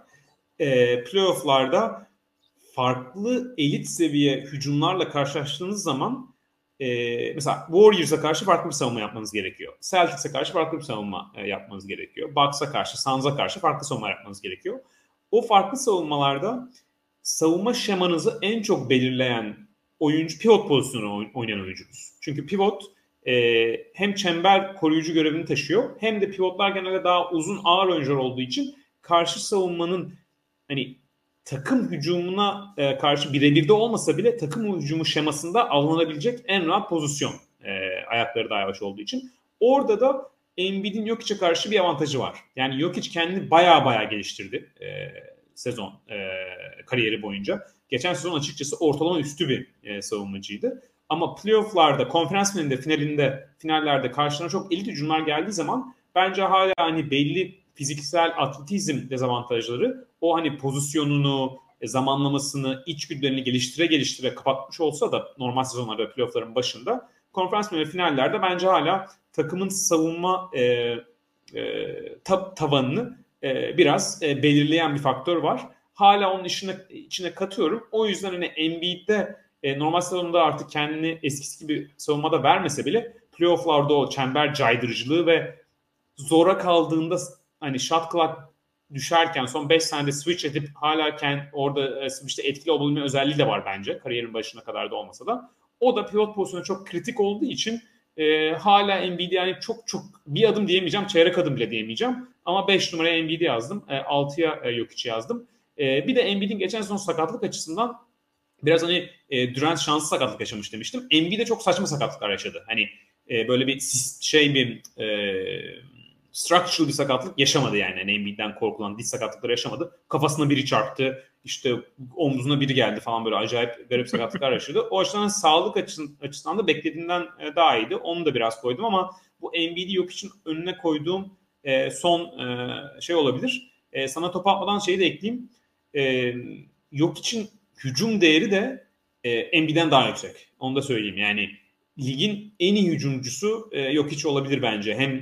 Playoff'larda farklı elit seviye hücumlarla karşılaştığınız zaman mesela Warriors'a karşı farklı bir savunma yapmanız gerekiyor. Celtics'e karşı farklı bir savunma yapmanız gerekiyor. Bucks'a karşı, Suns'a karşı farklı savunma yapmanız gerekiyor. O farklı savunmalarda savunma şemanızı en çok belirleyen oyuncu pivot pozisyonu oynayan oyuncunuz. Çünkü pivot hem çember koruyucu görevini taşıyor, hem de pivotlar genelde daha uzun, ağır oyuncular olduğu için karşı savunmanın hani takım hücumuna karşı birebir de olmasa bile takım hücumu şemasında alınabilecek en rahat pozisyon. Ayakları daha yavaş olduğu için. Orada da Embiid'in Jokic'e karşı bir avantajı var. Yani Jokic kendini baya geliştirdi sezon kariyeri boyunca. Geçen sezon açıkçası ortalama üstü bir savunmacıydı. Ama playoff'larda, konferans finallerde karşılarına çok elit hücumlar geldiği zaman bence hala hani belli fiziksel atletizm dezavantajları o hani pozisyonunu, zamanlamasını, içgüdülerini geliştire kapatmış olsa da normal sezonlarda, playoff'ların başında, konferans finallerde bence hala takımın savunma tavanını biraz belirleyen bir faktör var. Hala onun içine katıyorum. O yüzden hani Embiid'de normal sezonunda artık kendini eskisi gibi savunmada vermese bile playoff'larda o çember caydırıcılığı ve zora kaldığında hani shot clock düşerken son 5 saniyede switch edip hala orada switch'te etkili olabilme özelliği de var bence. Kariyerin başına kadar da olmasa da. O da pivot pozisyonu çok kritik olduğu için hala Embiid, yani çok bir adım diyemeyeceğim, çeyrek adım bile diyemeyeceğim. Ama 5 numaraya Embiid'i yazdım. 6'ya Jokic'i yazdım. Bir de Embiid'in geçen sezon sakatlık açısından biraz hani Durant şanslı sakatlık yaşamış demiştim. Embiid'de çok saçma sakatlıklar yaşadı. Hani böyle bir structural bir sakatlık yaşamadı yani. Embiid'den korkulan diz sakatlıkları yaşamadı. Kafasına biri çarptı, işte omzuna biri geldi falan, böyle acayip garip sakatlıklar yaşadı. O açıdan sağlık açısından da beklediğimden daha iyiydi. Onu da biraz koydum ama bu Embiid'i Jokic'in önüne koyduğum son olabilir. Sana top atmadan şeyi de ekleyeyim. Jokic'in hücum değeri de Embiid'den daha yüksek. Onu da söyleyeyim. Yani ligin en iyi hücumcusu Jokic olabilir bence. Hem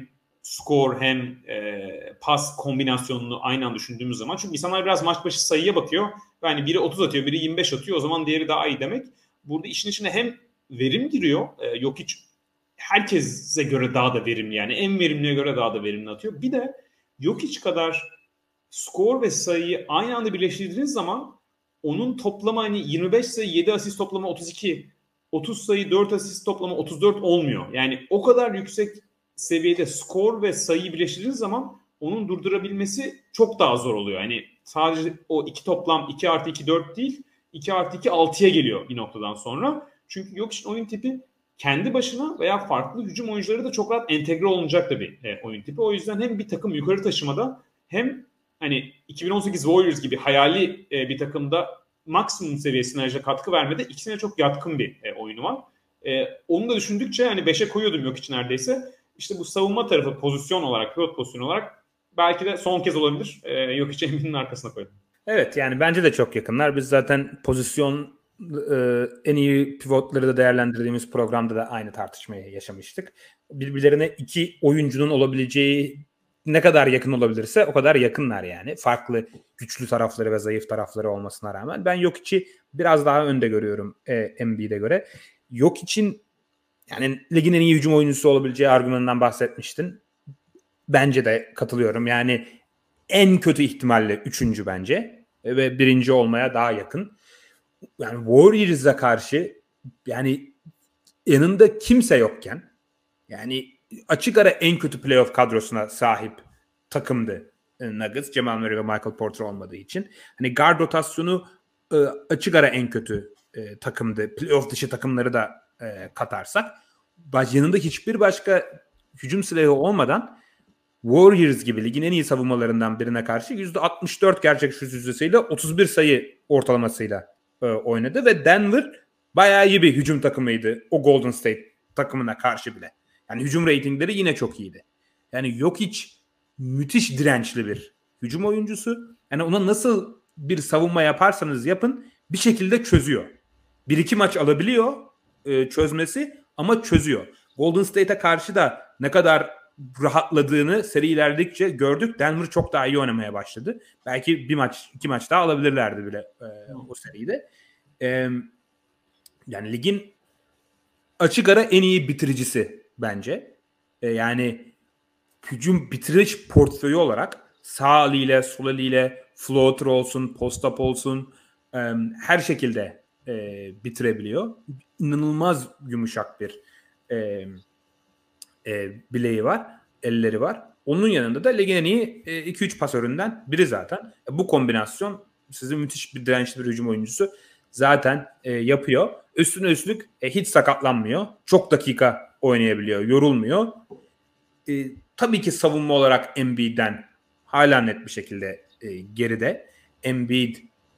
skor hem pas kombinasyonunu aynı anda düşündüğümüz zaman. Çünkü insanlar biraz maç başı sayıya bakıyor. Yani biri 30 atıyor, biri 25 atıyor. O zaman diğeri daha iyi demek. Burada işin içine hem verim giriyor. Yok hiç herkese göre daha da verimli. Yani en verimliye göre daha da verimli atıyor. Bir de yok hiç kadar skor ve sayıyı aynı anda birleştirdiğiniz zaman onun toplamı hani 25 sayı 7 asist toplamı 32, 30 sayı 4 asist toplamı 34 olmuyor. Yani o kadar yüksek seviyede skor ve sayıyı birleştirdiğiniz zaman onun durdurabilmesi çok daha zor oluyor. Yani sadece o iki toplam 2 artı 2 4 değil, 2 artı 2 6'ya geliyor bir noktadan sonra. Çünkü yok işte oyun tipi kendi başına veya farklı hücum oyuncuları da çok rahat entegre olunacak da bir oyun tipi. O yüzden hem bir takım yukarı taşımada hem hani 2018 Warriors gibi hayali bir takımda maksimum seviye sinerjiye katkı vermede ikisine çok yatkın bir oyunu var. Onu da düşündükçe hani 5'e koyuyordum yok için neredeyse. İşte bu savunma tarafı pozisyon olarak, pivot pozisyonu olarak belki de son kez olabilir. Yok için Embiid'in arkasına koydum. Evet yani bence de çok yakınlar. Biz zaten pozisyon en iyi pivotları da değerlendirdiğimiz programda da aynı tartışmayı yaşamıştık. Birbirlerine iki oyuncunun olabileceği ne kadar yakın olabilirse o kadar yakınlar yani. Farklı güçlü tarafları ve zayıf tarafları olmasına rağmen. Ben Jokic'i biraz daha önde görüyorum Embiid'e göre. Jokic'in yani ligin en iyi hücum oyuncusu olabileceği argümanından bahsetmiştin. Bence de katılıyorum. Yani en kötü ihtimalle 3. bence. Ve 1. olmaya daha yakın. Yani Warriors'a karşı yani yanında kimse yokken yani açık ara en kötü playoff kadrosuna sahip takımdı Nuggets. Jamal Murray ve Michael Porter olmadığı için. Hani guard rotasyonu açık ara en kötü takımdı. Playoff dışı takımları da katarsak. Yanında hiçbir başka hücum silahı olmadan Warriors gibi ligin en iyi savunmalarından birine karşı %64 gerçek şut yüzdesiyle 31 sayı ortalamasıyla oynadı ve Denver bayağı iyi bir hücum takımıydı o Golden State takımına karşı bile. Yani hücum reytingleri yine çok iyiydi. Yani Jokic müthiş dirençli bir hücum oyuncusu. Yani ona nasıl bir savunma yaparsanız yapın bir şekilde çözüyor. 1-2 maç alabiliyor çözmesi ama çözüyor. Golden State'e karşı da ne kadar rahatladığını seri ilerledikçe gördük. Denver çok daha iyi oynamaya başladı. Belki 1-2 maç daha alabilirlerdi bile o seride. Yani ligin açık ara en iyi bitiricisi bence. Yani hücum bitiriş portföyü olarak sağ eliyle, sol eliyle floater olsun, post-up olsun her şekilde bitirebiliyor. İnanılmaz yumuşak bir bileği var, elleri var. Onun yanında da ligin en iyi 2-3 pasöründen biri zaten. Bu kombinasyon sizi müthiş bir dirençli bir hücum oyuncusu zaten yapıyor. Üstüne üstlük hiç sakatlanmıyor. Çok dakika oynayabiliyor, yorulmuyor. Tabii ki savunma olarak Embiid'den hala net bir şekilde geride. Embiid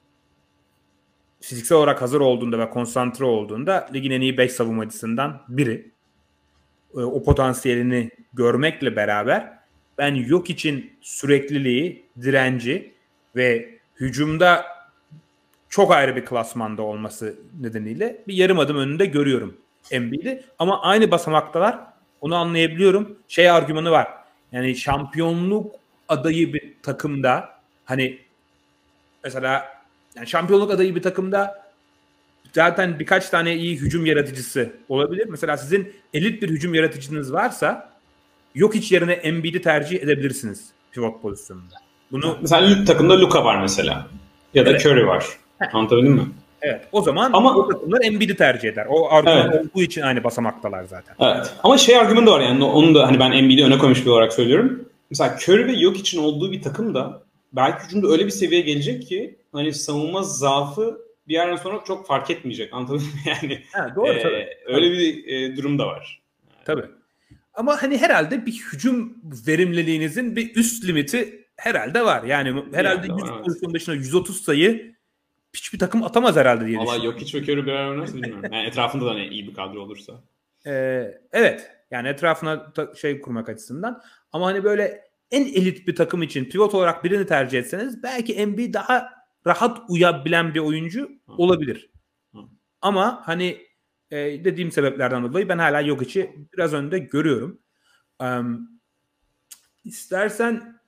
fiziksel olarak hazır olduğunda ve konsantre olduğunda ligin en iyi 5 savunmacısından biri. O potansiyelini görmekle beraber ben Jokic'in sürekliliği, direnci ve hücumda çok ayrı bir klasmanda olması nedeniyle bir yarım adım önünde görüyorum Embiid'i. Ama aynı basamaktalar. Onu anlayabiliyorum. Argümanı var. Yani şampiyonluk adayı bir takımda hani mesela yani şampiyonluk adayı bir takımda zaten birkaç tane iyi hücum yaratıcısı olabilir. Mesela sizin elit bir hücum yaratıcınız varsa Jokic yerine Embiid'i tercih edebilirsiniz pivot pozisyonunda. Bunu mesela takımda Luka var mesela. Ya da evet. Curry var. Anlatabildim mi? Evet. O zaman o takımlar Embiid'i tercih eder. O argüman olduğu için aynı basamaktalar zaten. Evet. Ama argümanı da var yani onu da hani ben Embiid'i öne koymuş bir olarak söylüyorum. Mesela Curry ve Jokic'in olduğu bir takımda belki hücumda öyle bir seviyeye gelecek ki hani savunma zaafı bir yerden sonra çok fark etmeyecek. Anladın mı? Yani doğru tabii. Öyle bir durum da var. Tabii. Ama hani herhalde bir hücum verimliliğinizin bir üst limiti herhalde var. Yani herhalde 100 pozisyon dışında 130 sayı hiçbir takım atamaz herhalde diye düşünüyorum. Valla Jokic ve Curry beraber oynarsa bilmiyorum. Yani etrafında da hani iyi bir kadro olursa. Evet. Yani etrafına kurmak açısından. Ama hani böyle en elit bir takım için pivot olarak birini tercih etseniz belki Embiid daha rahat uyabilen bir oyuncu olabilir. Ama hani dediğim sebeplerden dolayı ben hala Jokic'i biraz önde görüyorum. İstersen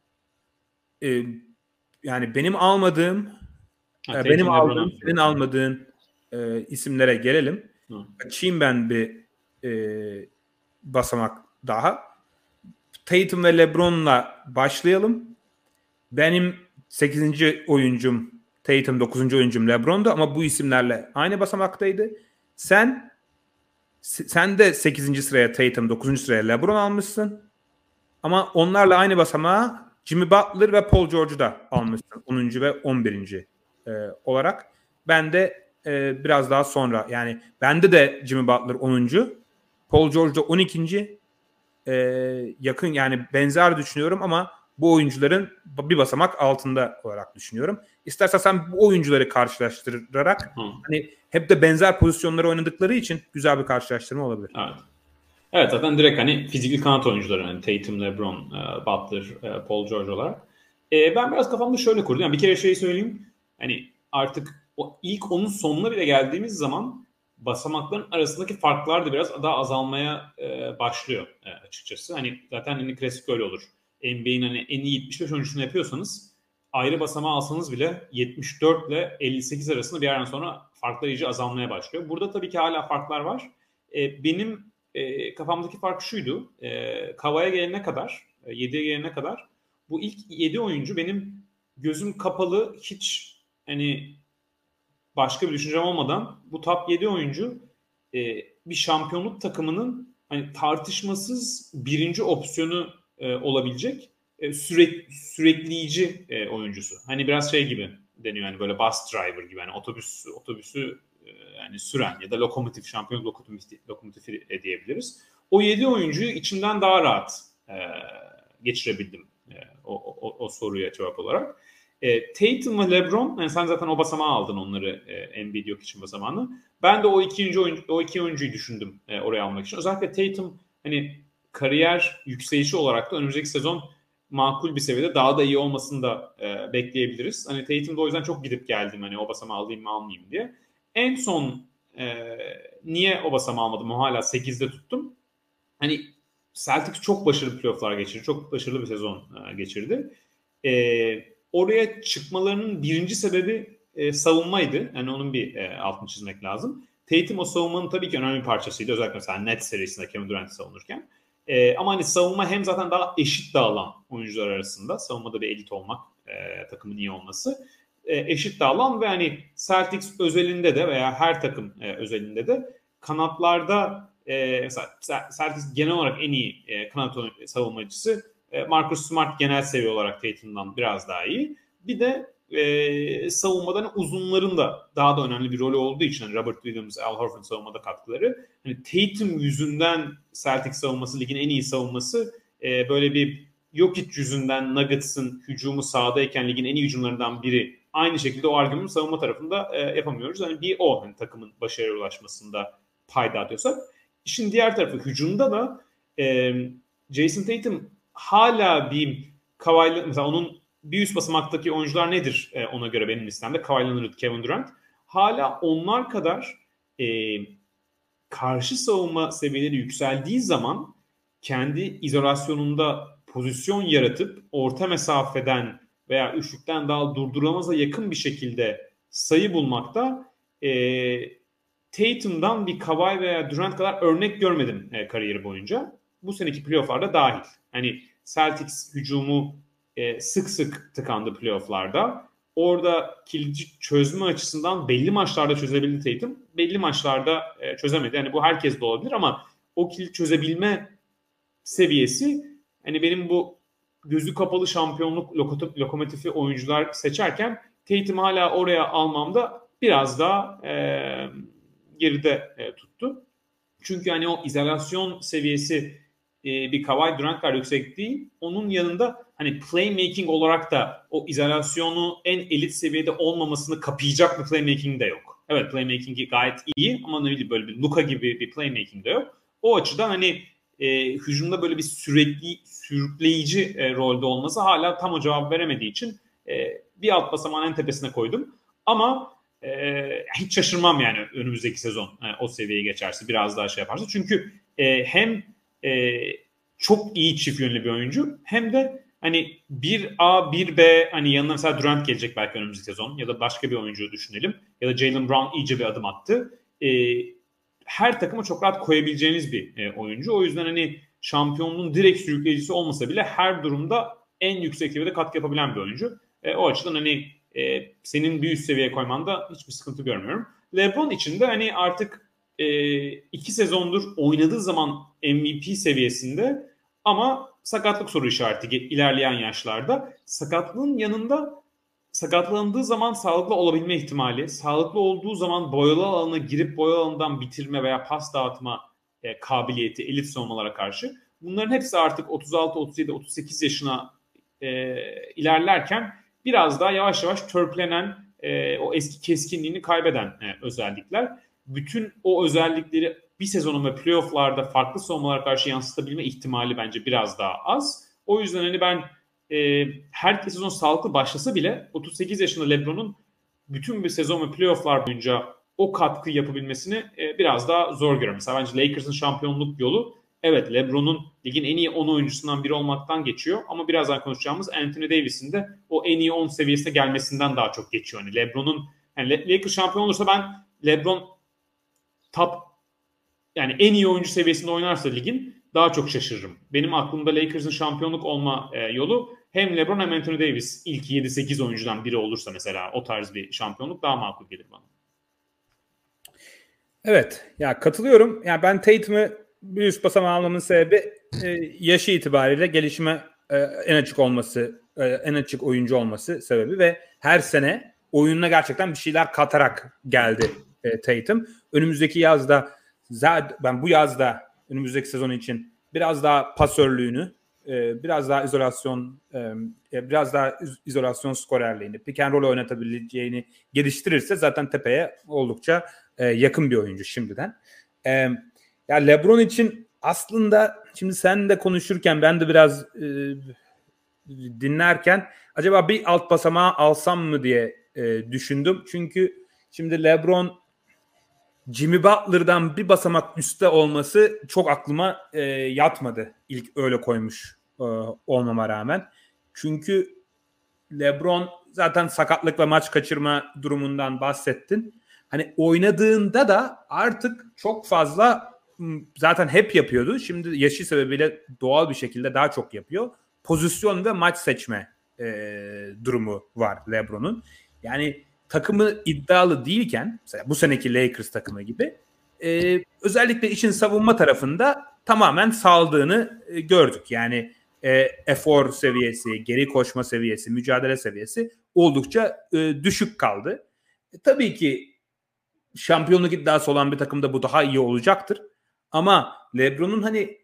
yani benim almadığım senin almadığın isimlere gelelim. Açayım ben bir basamak daha. Tatum ve LeBron'la başlayalım. Benim 8. oyuncum Tatum, 9. oyuncum LeBron'du ama bu isimlerle aynı basamaktaydı. Sen de 8. sıraya Tatum, 9. sıraya LeBron almışsın. Ama onlarla aynı basamağa Jimmy Butler ve Paul George'u da almışsın. 10. ve 11. Olarak. Ben de biraz daha sonra, yani bende de Jimmy Butler 10. Paul George da 12. Yakın, yani benzer düşünüyorum ama bu oyuncuların bir basamak altında olarak düşünüyorum. İstersen sen bu oyuncuları karşılaştırarak hani hep de benzer pozisyonları oynadıkları için güzel bir karşılaştırma olabilir. Evet, zaten direkt hani fizikli kanat oyuncuları, hani Tatum, LeBron, Butler, Paul George olarak. Ben biraz kafamda şöyle kurdum. Yani bir kere şey söyleyeyim. Hani artık o ilk 10'un sonuna bile geldiğimiz zaman basamakların arasındaki farklar da biraz daha azalmaya başlıyor açıkçası. Hani zaten hani klasik öyle olur. NBA'in hani en iyi 75 oyuncusunu yapıyorsanız ayrı basamağı alsanız bile 74 ile 58 arasında bir yerden sonra farklar iyice azalmaya başlıyor. Burada tabii ki hala farklar var. Benim kafamdaki fark şuydu. Kavaya gelene kadar, 7'ye gelene kadar bu ilk 7 oyuncu benim gözüm kapalı, hiç hani başka bir düşüncem olmadan bu top 7 oyuncu bir şampiyonluk takımının hani tartışmasız birinci opsiyonu olabilecek sürekleyici oyuncusu. Hani biraz şey gibi deniyor, hani böyle bus driver gibi, hani otobüsü yani süren ya da lokomotif, şampiyonluk lokomotifi diyebiliriz. O 7 oyuncuyu içimden daha rahat geçirebildim o soruya cevap olarak. Tatum ve LeBron, yani sen zaten o basamağı aldın onları, Embiid yok için basamağını. Ben de o iki oyuncuyu düşündüm oraya almak için. Özellikle Tatum hani kariyer yükselişi olarak da önümüzdeki sezon makul bir seviyede daha da iyi olmasını da bekleyebiliriz. Hani Tatum'da o yüzden çok gidip geldim hani o basamağı alayım mı almayayım diye. En son niye o basamağı almadım? O hala 8'de tuttum. Hani Celtics çok başarılı playofflar geçirdi. Çok başarılı bir sezon geçirdi. Oraya çıkmalarının birinci sebebi savunmaydı. Yani onun bir altını çizmek lazım. Tatum o savunmanın tabii ki önemli bir parçasıydı. Özellikle mesela Nets serisinde Kevin Durant'i savunurken. Ama hani savunma hem zaten daha eşit dağılan oyuncular arasında. Savunmada bir elit olmak, takımın iyi olması. Eşit dağılan ve hani Celtics özelinde de veya her takım özelinde de kanatlarda mesela Celtics genel olarak en iyi kanat savunmacısı Marcus Smart, genel seviye olarak Tatum'dan biraz daha iyi. Bir de savunmadan uzunların da daha da önemli bir rolü olduğu için hani Robert Williams, Al Horford savunmada katkıları. Hani Tatum yüzünden Celtics savunması ligin en iyi savunması, böyle bir Jokic yüzünden Nuggets'ın hücumu sahadayken ligin en iyi hücumlarından biri. Aynı şekilde o argümanı savunma tarafında yapamıyoruz. Hani bir o hani takımın başarıya ulaşmasında payda atıyorsak. İşin diğer tarafı hücumda da Jason Tatum hala bir Kawhi, mesela onun bir üst basamaktaki oyuncular nedir ona göre benim listemde? Kawhi Leonard, Kevin Durant. Hala onlar kadar karşı savunma seviyeleri yükseldiği zaman kendi izolasyonunda pozisyon yaratıp orta mesafeden veya üçlükten daha durdurulamaz'a yakın bir şekilde sayı bulmakta Tatum'dan bir Kawhi veya Durant kadar örnek görmedim kariyeri boyunca. Bu seneki playoff'larda dahil. Hani Celtics hücumu sık sık tıkandı playoff'larda. Orada kilidi çözme açısından belli maçlarda çözebildi Tatum. Belli maçlarda çözemedi. Yani bu herkes de olabilir ama o kilit çözebilme seviyesi, hani benim bu gözü kapalı şampiyonluk lokomotifi oyuncular seçerken Tatum'u hala oraya almamda biraz daha geride tuttu. Çünkü hani o izolasyon seviyesi bir Kawhi Durant kadar yüksek değil. Onun yanında hani playmaking olarak da o izolasyonu en elit seviyede olmamasını kapayacak bir playmaking de yok. Evet, playmaking'i gayet iyi ama ne bileyim böyle bir Luka gibi bir playmaking de yok. O açıdan hani hücumda böyle bir sürükleyici rolde olması hala tam o cevap veremediği için bir alt basamağın en tepesine koydum. Ama hiç şaşırmam yani önümüzdeki sezon o seviyeye geçerse, biraz daha şey yaparsa. Çünkü hem çok iyi çift yönlü bir oyuncu. Hem de hani 1A, 1B, hani yanına mesela Durant gelecek belki önümüzdeki sezon ya da başka bir oyuncu düşünelim. Ya da Jaylen Brown iyice bir adım attı. Her takıma çok rahat koyabileceğiniz bir oyuncu. O yüzden hani şampiyonluğun direkt sürükleyicisi olmasa bile her durumda en yüksek seviyede katkı yapabilen bir oyuncu. O açıdan hani senin bir üst seviyeye koymanda hiçbir sıkıntı görmüyorum. LeBron için de hani artık 2 sezondur oynadığı zaman MVP seviyesinde ama sakatlık soru işareti ilerleyen yaşlarda. Sakatlığın yanında sakatlandığı zaman sağlıklı olabilme ihtimali, sağlıklı olduğu zaman boyalı alana girip boyalı alandan bitirme veya pas dağıtma kabiliyeti elit savunmalara karşı. Bunların hepsi artık 36, 37, 38 yaşına ilerlerken biraz daha yavaş yavaş törpülenen, o eski keskinliğini kaybeden özellikler. Bütün o özellikleri bir sezonun ve playoff'larda farklı savunmalara karşı yansıtabilme ihtimali bence biraz daha az. O yüzden hani ben her sezon sağlıklı başlasa bile 38 yaşında LeBron'un bütün bir sezon ve playoff'lar boyunca o katkı yapabilmesini biraz daha zor görüyorum. Mesela bence Lakers'ın şampiyonluk yolu, evet, LeBron'un ligin en iyi 10 oyuncusundan biri olmaktan geçiyor ama birazdan konuşacağımız Anthony Davis'in de o en iyi 10 seviyesine gelmesinden daha çok geçiyor. Yani LeBron'un, yani Lakers şampiyon olursa ben LeBron top, yani en iyi oyuncu seviyesinde oynarsa ligin daha çok şaşırırım. Benim aklımda Lakers'ın şampiyonluk olma yolu hem LeBron hem Anthony Davis ilk 7-8 oyuncudan biri olursa mesela o tarz bir şampiyonluk daha makul gelir bana. Evet, ya katılıyorum. Yani ben Tatum'u bir üst basamağa almamın sebebi yaşı itibariyle gelişime en açık olması, en açık oyuncu olması sebebi ve her sene oyununa gerçekten bir şeyler katarak geldi Tatum. Önümüzdeki yazda, ben bu yazda önümüzdeki sezon için biraz daha pasörlüğünü, biraz daha izolasyon skorerliğini, pick and roll oynatabileceğini geliştirirse zaten tepeye oldukça yakın bir oyuncu şimdiden. Ya LeBron için aslında şimdi sen de konuşurken ben de biraz dinlerken acaba bir alt basamağı alsam mı diye düşündüm. Çünkü şimdi LeBron Jimmy Butler'dan bir basamak üstte olması çok aklıma yatmadı. İlk öyle koymuş olmama rağmen. Çünkü LeBron zaten sakatlık ve maç kaçırma durumundan bahsettin. Hani oynadığında da artık çok fazla, zaten hep yapıyordu. Şimdi yaşı sebebiyle doğal bir şekilde daha çok yapıyor. Pozisyon ve maç seçme durumu var LeBron'un. Yani takımı iddialı değilken, mesela bu seneki Lakers takımı gibi, özellikle işin savunma tarafında tamamen saldığını gördük. Yani efor seviyesi, geri koşma seviyesi, mücadele seviyesi oldukça düşük kaldı. Tabii ki şampiyonluk iddiası olan bir takımda bu daha iyi olacaktır. Ama LeBron'un hani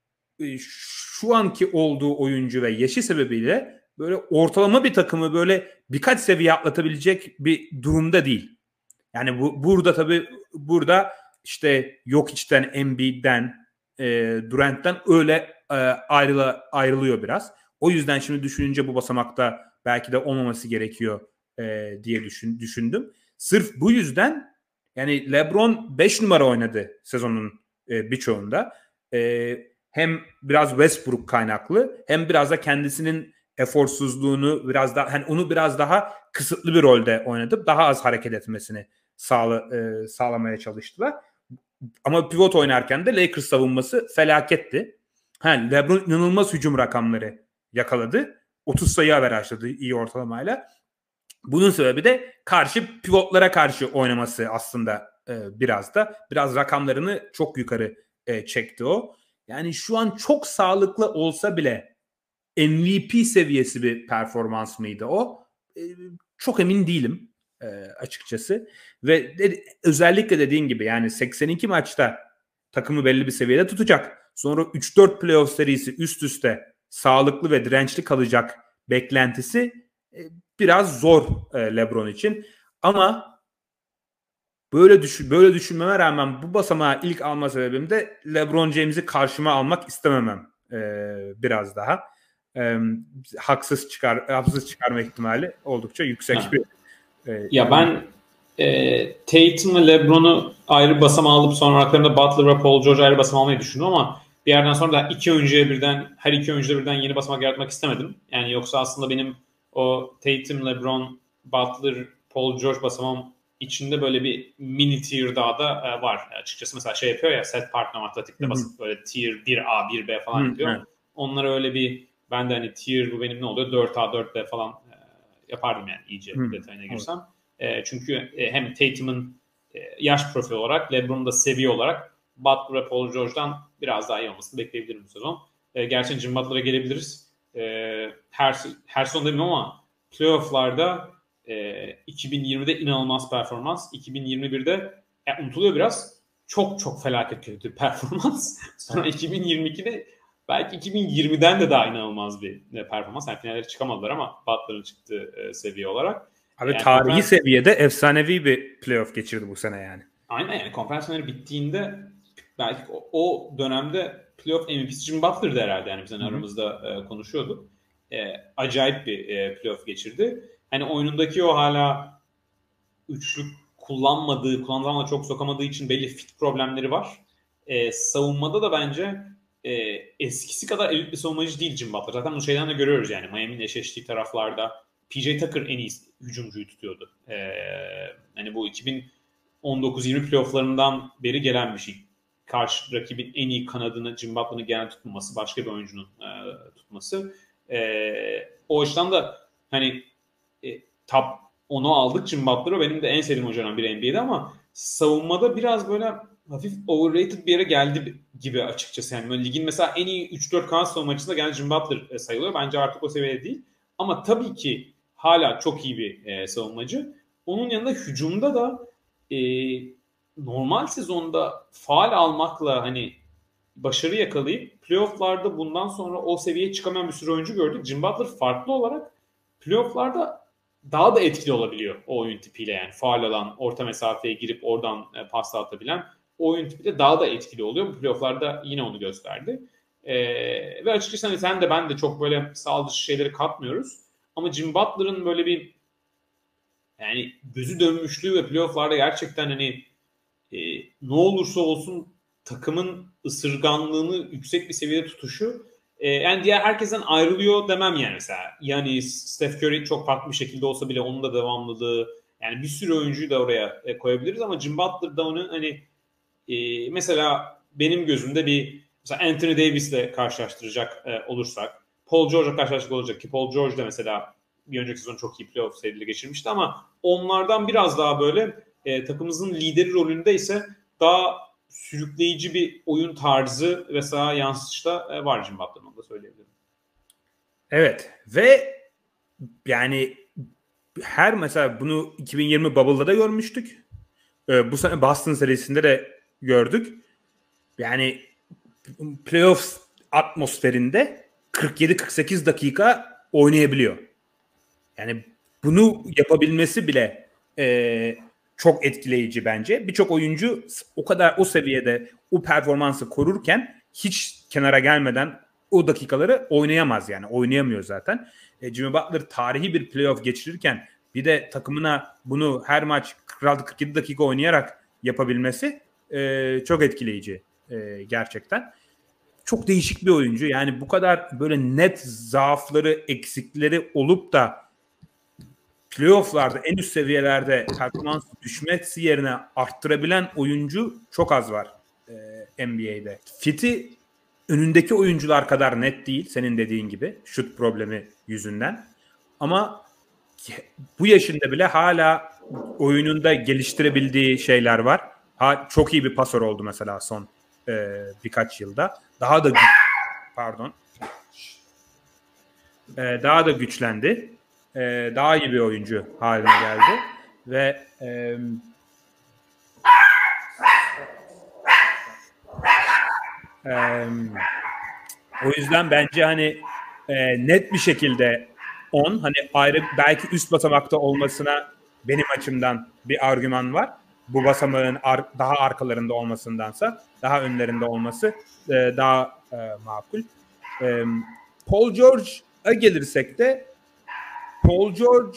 şu anki olduğu oyuncu ve yaşı sebebiyle böyle ortalama bir takımı böyle birkaç seviye atlatabilecek bir durumda değil. Yani burada işte Jokic'ten, Embiid'den, Durant'ten öyle ayrılıyor biraz. O yüzden şimdi düşününce bu basamakta belki de olmaması gerekiyor diye düşündüm. Sırf bu yüzden yani LeBron 5 numara oynadı sezonun birçoğunda. Hem biraz Westbrook kaynaklı hem biraz da kendisinin eforsuzluğunu biraz daha, hani onu biraz daha kısıtlı bir rolde oynatıp daha az hareket etmesini sağlamaya çalıştılar. Ama pivot oynarken de Lakers savunması felaketti. LeBron inanılmaz hücum rakamları yakaladı. 30 sayı averajladı iyi ortalamayla. Bunun sebebi de karşı pivotlara karşı oynaması aslında biraz rakamlarını çok yukarı çekti o. Yani şu an çok sağlıklı olsa bile MVP seviyesi bir performans mıydı o? Çok emin değilim açıkçası. Ve özellikle dediğin gibi yani 82 maçta takımı belli bir seviyede tutacak. Sonra 3-4 playoff serisi üst üste sağlıklı ve dirençli kalacak beklentisi biraz zor LeBron için. Ama böyle düşünmeme rağmen bu basamağı ilk alma sebebim de LeBron James'i karşıma almak istememem biraz daha. Haksız çıkarma ihtimali oldukça yüksek bir. Ya ben Tatum ve LeBron'u ayrı basamağa alıp sonra aralarında Butler ve Paul George ayrı basamağa almayı düşündüm ama bir yerden sonra da her iki oyuncuya birden yeni basamak yaratmak istemedim. Yani yoksa aslında benim o Tatum, LeBron, Butler, Paul George basamağım içinde böyle bir mini tier daha da var. Açıkçası mesela şey yapıyor ya, Seth Partner atletikte basıp böyle tier 1A, 1B falan yapıyor. Evet. Onlara öyle bir, ben de hani tier bu benim ne oluyor 4A, 4B falan yapardım yani iyice detayına girsem. Çünkü hem Tatum'un yaş profili olarak, LeBron'un da seviye olarak Butler ve Paul George'dan biraz daha iyi olmasını bekleyebilirim bu sezon. Gerçekten Jimmy Butler'a gelebiliriz. Her son demeyeyim ama playoff'larda 2020'de inanılmaz performans. 2021'de unutuluyor biraz. Çok çok felaket kötü bir performans. Sonra 2022'de belki 2020'den de daha inanılmaz bir performans. Yani finallere çıkamadılar ama Butler'ın çıktığı seviye olarak. Abi yani tarihi seviyede efsanevi bir playoff geçirdi bu sene yani. Aynen, yani konferans finali bittiğinde belki o dönemde playoff MVP'si Jimmy Butler'dı herhalde, yani biz aramızda konuşuyorduk. Acayip bir playoff geçirdi. Hani oyunundaki o hala üçlük kullanmadan çok sokamadığı için belli fit problemleri var. Savunmada da bence eskisi kadar elit bir savunmacı değil Jimmy Butler. Zaten bu şeyden de görüyoruz yani. Miami'nin eşleştiği taraflarda PJ Tucker en iyi hücumcuyu tutuyordu. Hani bu 2019-20 playofflarından beri gelen bir şey. Karşı rakibin en iyi kanadını, Jimmy Butler'ın genel tutmaması, başka bir oyuncunun tutması. O açıdan da hani top 10'u aldık Jimmy Butler'ı. Benim de en sevdiğim hocadan biri NBA'de ama savunmada biraz böyle hafif overrated bir yere geldi gibi açıkçası. Yani böyle ligin mesela en iyi 3-4 kanat savunmacısında gene Jimmy Butler sayılıyor. Bence artık o seviyede değil. Ama tabii ki hala çok iyi bir savunmacı. Onun yanında hücumda da normal sezonda faul almakla hani başarı yakalayıp playoff'larda bundan sonra o seviyeye çıkamayan bir sürü oyuncu gördük. Jimmy Butler farklı olarak playoff'larda daha da etkili olabiliyor o oyun tipiyle, yani faul alan, orta mesafeye girip oradan pas atabilen o oyun tipiyle daha da etkili oluyor. Bu playoff'larda yine onu gösterdi. Ve açıkçası hani sen de ben de çok böyle sağ dışı şeyleri katmıyoruz. Ama Jimmy Butler'ın böyle bir yani gözü dönmüşlüğü ve playoff'larda gerçekten hani ne olursa olsun takımın ısırganlığını yüksek bir seviyede tutuşu, yani diğer herkesten ayrılıyor demem yani mesela. Yani Steph Curry çok farklı bir şekilde olsa bile onun da devamlılığı, yani bir sürü oyuncuyu da oraya koyabiliriz ama Jimmy Butler da onu hani mesela benim gözümde bir mesela Anthony Davis'le karşılaştıracak olursak, Paul George'la karşılaştıracak olacak ki Paul George da mesela bir önceki sezon çok iyi playoff serileri geçirmişti ama onlardan biraz daha böyle takımımızın lideri rolünde ise daha sürükleyici bir oyun tarzı ve saha yansıtışta var Jimmy Butler'ın, onu da söyleyebilirim. Evet ve yani her mesela bunu 2020 Bubble'da da görmüştük. Bu sene Boston serisinde de gördük. Yani playoff atmosferinde 47-48 dakika oynayabiliyor. Yani bunu yapabilmesi bile çok etkileyici bence. Birçok oyuncu o kadar o seviyede o performansı korurken hiç kenara gelmeden o dakikaları oynayamaz yani. Oynayamıyor zaten. Jimmy Butler tarihi bir playoff geçirirken bir de takımına bunu her maç 46-47 dakika oynayarak yapabilmesi çok etkileyici gerçekten. Çok değişik bir oyuncu. Yani bu kadar böyle net zaafları, eksikleri olup da playoff'larda en üst seviyelerde performans düşmesi yerine arttırabilen oyuncu çok az var NBA'de. Fit'i önündeki oyuncular kadar net değil, senin dediğin gibi şut problemi yüzünden. Ama bu yaşında bile hala oyununda geliştirebildiği şeyler var. Çok iyi bir pasör oldu mesela son birkaç yılda. Daha da güçlendi. Daha iyi bir oyuncu haline geldi ve o yüzden bence hani net bir şekilde hani ayrı belki üst basamakta olmasına benim açımdan bir argüman var. Bu basamağın daha arkalarında olmasındansa daha önlerinde olması daha makul. Paul George'a gelirsek de Paul George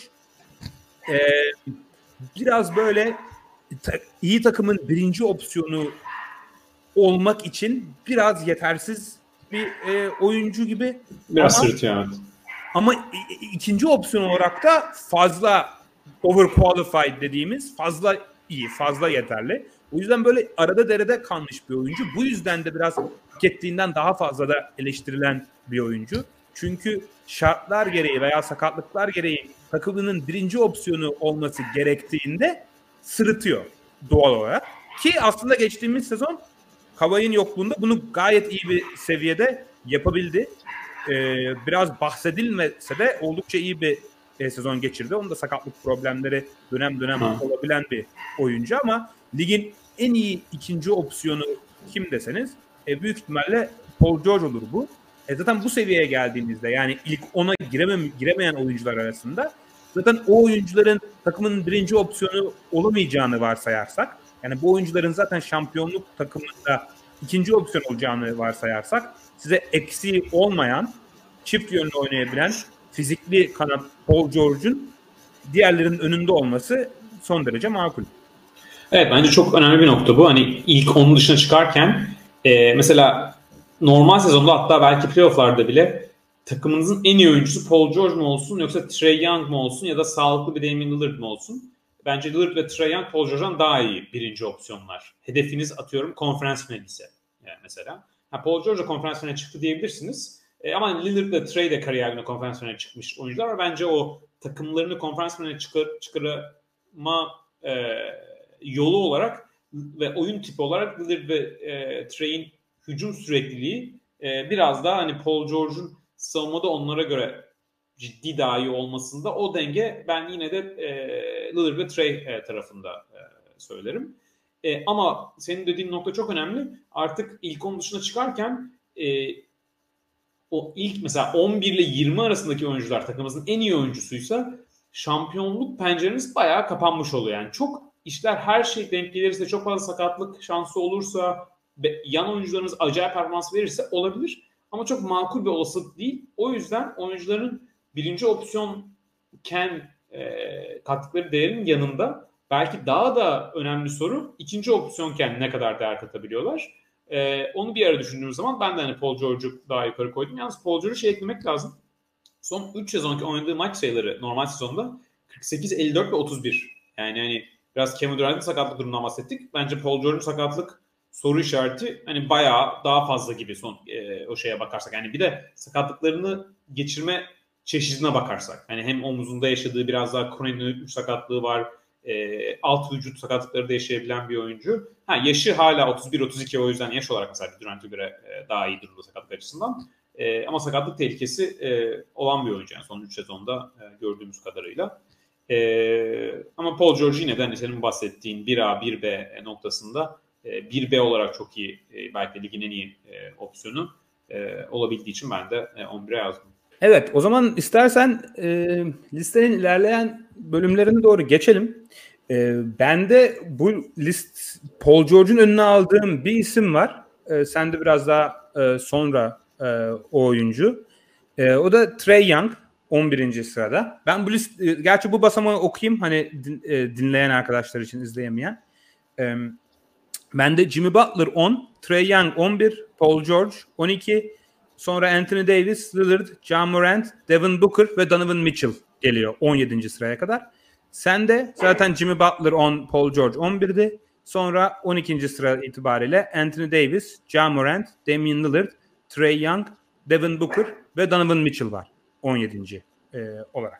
biraz böyle iyi takımın birinci opsiyonu olmak için biraz yetersiz bir oyuncu gibi. Biraz sırıtıyor. Ama ikinci opsiyon olarak da fazla overqualified dediğimiz fazla iyi, fazla yeterli. O yüzden böyle arada derede kalmış bir oyuncu. Bu yüzden de biraz hak ettiğinden daha fazla da eleştirilen bir oyuncu. Çünkü şartlar gereği veya sakatlıklar gereği takımının birinci opsiyonu olması gerektiğinde sırıtıyor doğal olarak. Ki aslında geçtiğimiz sezon Kawhi'nin yokluğunda bunu gayet iyi bir seviyede yapabildi. Biraz bahsedilmese de oldukça iyi bir sezon geçirdi. Onun da sakatlık problemleri dönem dönem olabilen bir oyuncu ama ligin en iyi ikinci opsiyonu kim deseniz büyük ihtimalle Paul George olur bu. Zaten bu seviyeye geldiğimizde yani ilk 10'a giremeyen oyuncular arasında zaten o oyuncuların takımın birinci opsiyonu olamayacağını varsayarsak, yani bu oyuncuların zaten şampiyonluk takımında ikinci opsiyon olacağını varsayarsak, size eksiği olmayan, çift yönlü oynayabilen fizikli kanat Paul George'un diğerlerinin önünde olması son derece makul. Evet, bence çok önemli bir nokta bu. Hani ilk 10'un dışına çıkarken mesela normal sezonda, hatta belki playoff'larda bile takımınızın en iyi oyuncusu Paul George mu olsun yoksa Trae Young mu olsun ya da sağlıklı bir Damian Lillard mı olsun? Bence Lillard ve Trae Young Paul George'dan daha iyi birinci opsiyonlar. Hedefiniz atıyorum konferans finali ise yani mesela. Paul George konferans finaline çıktı diyebilirsiniz. Ama Lillard ve Trae de kariyerine konferans finaline çıkmış oyuncular var. Bence o takımlarını konferans finaline çıkarma yolu olarak ve oyun tipi olarak Lillard ve Trae'in hücum sürekliliği biraz daha hani Paul George'un savunmada onlara göre ciddi daha iyi olmasında o denge ben yine de Lillard ve Trae tarafında söylerim. Ama senin dediğin nokta çok önemli. Artık ilk 10 dışına çıkarken o ilk mesela 11 ile 20 arasındaki oyuncular takımımızın en iyi oyuncusuysa şampiyonluk pencereniz bayağı kapanmış oluyor. Yani çok işler her şey denk gelirse, çok fazla sakatlık şansı olursa, yan oyuncularınız acayip performans verirse olabilir. Ama çok makul bir olasılık değil. O yüzden oyuncuların birinci opsiyonken kattıkları değerin yanında belki daha da önemli soru ikinci opsiyonken ne kadar değer katabiliyorlar. Onu bir ara düşündüğümüz zaman ben de hani Paul George'u daha yukarı koydum. Yalnız Paul George'u eklemek lazım. Son 3 sezonki oynadığı maç sayıları normal sezonda 48, 54 ve 31. Yani hani biraz Kevin Durant'ın sakatlık durumundan bahsettik. Bence Paul George'un sakatlık soru işareti hani bayağı daha fazla gibi o şeye bakarsak. Yani bir de sakatlıklarını geçirme çeşidine bakarsak. Hani hem omuzunda yaşadığı biraz daha kronik sakatlığı var. Alt vücut sakatlıkları da yaşayabilen bir oyuncu. Yaşı hala 31-32, o yüzden yaş olarak mesela Durant'a göre daha iyi durumda sakatlık açısından. Ama sakatlık tehlikesi olan bir oyuncu yani son 3 sezonda gördüğümüz kadarıyla. Ama Paul George yine de hani senin bahsettiğin 1A, 1B noktasında 1B olarak çok iyi, belki de ligin en iyi opsiyonu olabildiği için ben de 11'e yazdım. Evet, o zaman istersen listenin ilerleyen bölümlerine doğru geçelim. Ben de bu Paul George'un önüne aldığım bir isim var. Sen de biraz daha sonra o oyuncu. O da Trae Young, 11. sırada. Ben bu gerçi bu basamağı okuyayım hani dinleyen arkadaşlar için, izleyemeyen. Ben de Jimmy Butler 10, Trae Young 11, Paul George 12, sonra Anthony Davis, Lillard, Ja Morant, Devin Booker ve Donovan Mitchell geliyor 17. sıraya kadar. Sen de zaten Jimmy Butler 10, Paul George 11'di. Sonra 12. sıra itibariyle Anthony Davis, Ja Morant, Damian Lillard, Trae Young, Devin Booker ve Donovan Mitchell var 17. Olarak.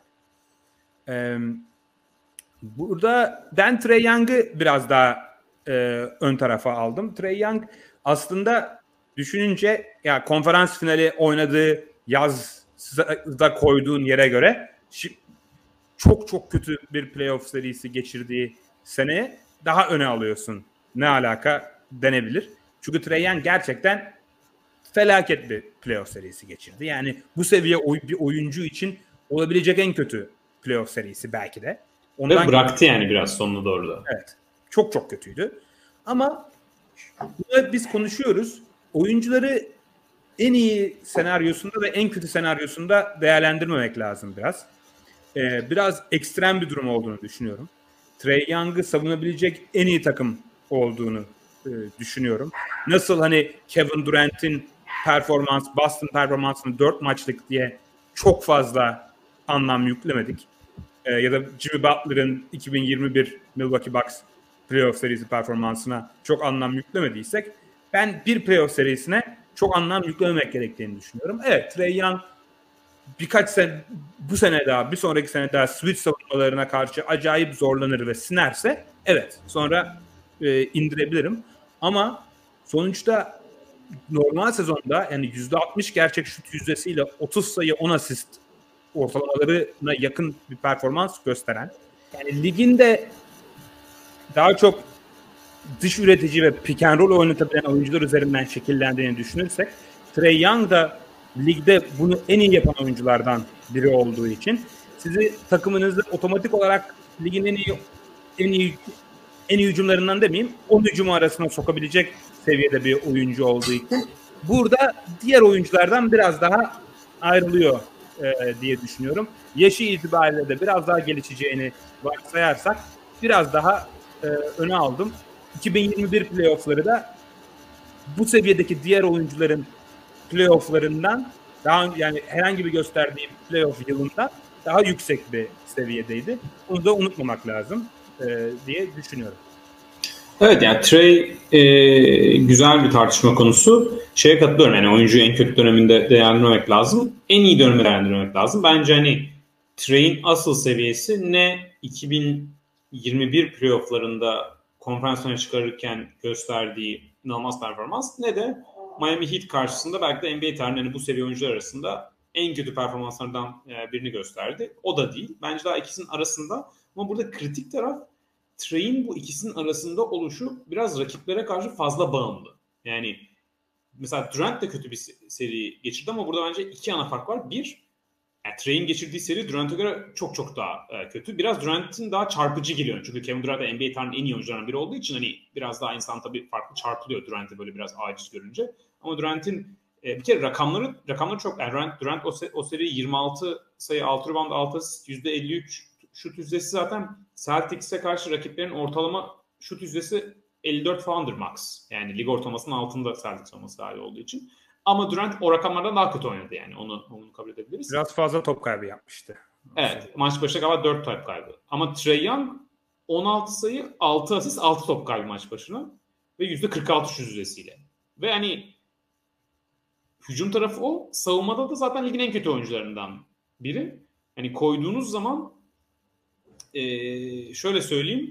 Burada ben Trae Young'ı biraz daha ön tarafa aldım. Trae Young aslında düşününce ya konferans finali oynadığı yazda koyduğun yere göre çok çok kötü bir playoff serisi geçirdiği seneye daha öne alıyorsun. Ne alaka denebilir. Çünkü Trae Young gerçekten felaket bir playoff serisi geçirdi. Yani bu seviye bir oyuncu için olabilecek en kötü playoff serisi belki de. Ondan ve bıraktı yani biraz sonuna doğru da. Evet. Çok çok kötüydü. Ama biz konuşuyoruz. Oyuncuları en iyi senaryosunda ve en kötü senaryosunda değerlendirmemek lazım biraz. Biraz ekstrem bir durum olduğunu düşünüyorum. Trae Young'ı savunabilecek en iyi takım olduğunu düşünüyorum. Nasıl hani Kevin Durant'in Boston performansını 4 maçlık diye çok fazla anlam yüklemedik. Ya da Jimmy Butler'ın 2021 Milwaukee Bucks playoff serisi performansına çok anlam yüklemediysek, ben bir playoff serisine çok anlam yüklememek gerektiğini düşünüyorum. Evet, Trae Young birkaç sene, bu sene daha, bir sonraki sene daha switch savunmalarına karşı acayip zorlanır ve sinerse, evet, sonra indirebilirim. Ama sonuçta normal sezonda yani %60 gerçek şut yüzdesiyle 30 sayı 10 asist ortalamalarına yakın bir performans gösteren, yani liginde daha çok dış üretici ve pick and roll oynatabilen oyuncular üzerinden şekillendiğini düşünürsek, Trae Young da ligde bunu en iyi yapan oyunculardan biri olduğu için sizi takımınızda otomatik olarak ligin en iyi hücumlarından demeyeyim, 10 hücumu arasına sokabilecek seviyede bir oyuncu olduğu için burada diğer oyunculardan biraz daha ayrılıyor diye düşünüyorum. Yaşı itibariyle de biraz daha gelişeceğini varsayarsak biraz daha öne aldım. 2021 playoff'ları da bu seviyedeki diğer oyuncuların playoff'larından daha, yani herhangi bir gösterdiği playoff yılında daha yüksek bir seviyedeydi. Bunu da unutmamak lazım diye düşünüyorum. Evet, yani Trae güzel bir tartışma konusu. Şeye katılıyorum, yani oyuncuyu en kötü döneminde değerlendirmemek lazım. En iyi döneminde değerlendirmemek lazım. Bence hani Trae'in asıl seviyesi ne 2021 playoff'larında konferans finali çıkarırken gösterdiği inanılmaz performans, ne de Miami Heat karşısında belki de NBA tarihinin bu seviye oyuncular arasında en kötü performanslardan birini gösterdi. O da değil. Bence daha ikisinin arasında. Ama burada kritik taraf Trae'in bu ikisinin arasında oluşu biraz rakiplere karşı fazla bağımlı. Yani mesela Durant de kötü bir seri geçirdi ama burada bence iki ana fark var. Bir, yani Trae'in geçirdiği seri Durant'a göre çok çok daha kötü. Biraz Durant'in daha çarpıcı geliyor. Çünkü Kevin Durant da NBA tarihinin en iyi oyuncularından biri olduğu için hani biraz daha insan tabii farklı çarpılıyor Durant'ı böyle biraz aciz görünce. Ama Durant'in bir kere rakamları çok. Yani Durant o seri 26 sayı, 6 rebound, 6 asist, %53 şut yüzdesi, zaten Celtics'e karşı rakiplerin ortalama şut yüzdesi 54 falandır max. Yani lig ortalamasının altında Celtics olması daha iyi olduğu için. Ama Durant o rakamlardan daha kötü oynadı yani. Onu kabul edebiliriz. Biraz fazla top kaybı yapmıştı. Evet. Maç başına galiba 4 top kaybı. Ama Trae Young 16 sayı, 6 asist, 6 top kaybı maç başına. Ve %46 şut yüzdesiyle. Ve hani hücum tarafı o. Savunmada da zaten ligin en kötü oyuncularından biri. Hani koyduğunuz zaman şöyle söyleyeyim.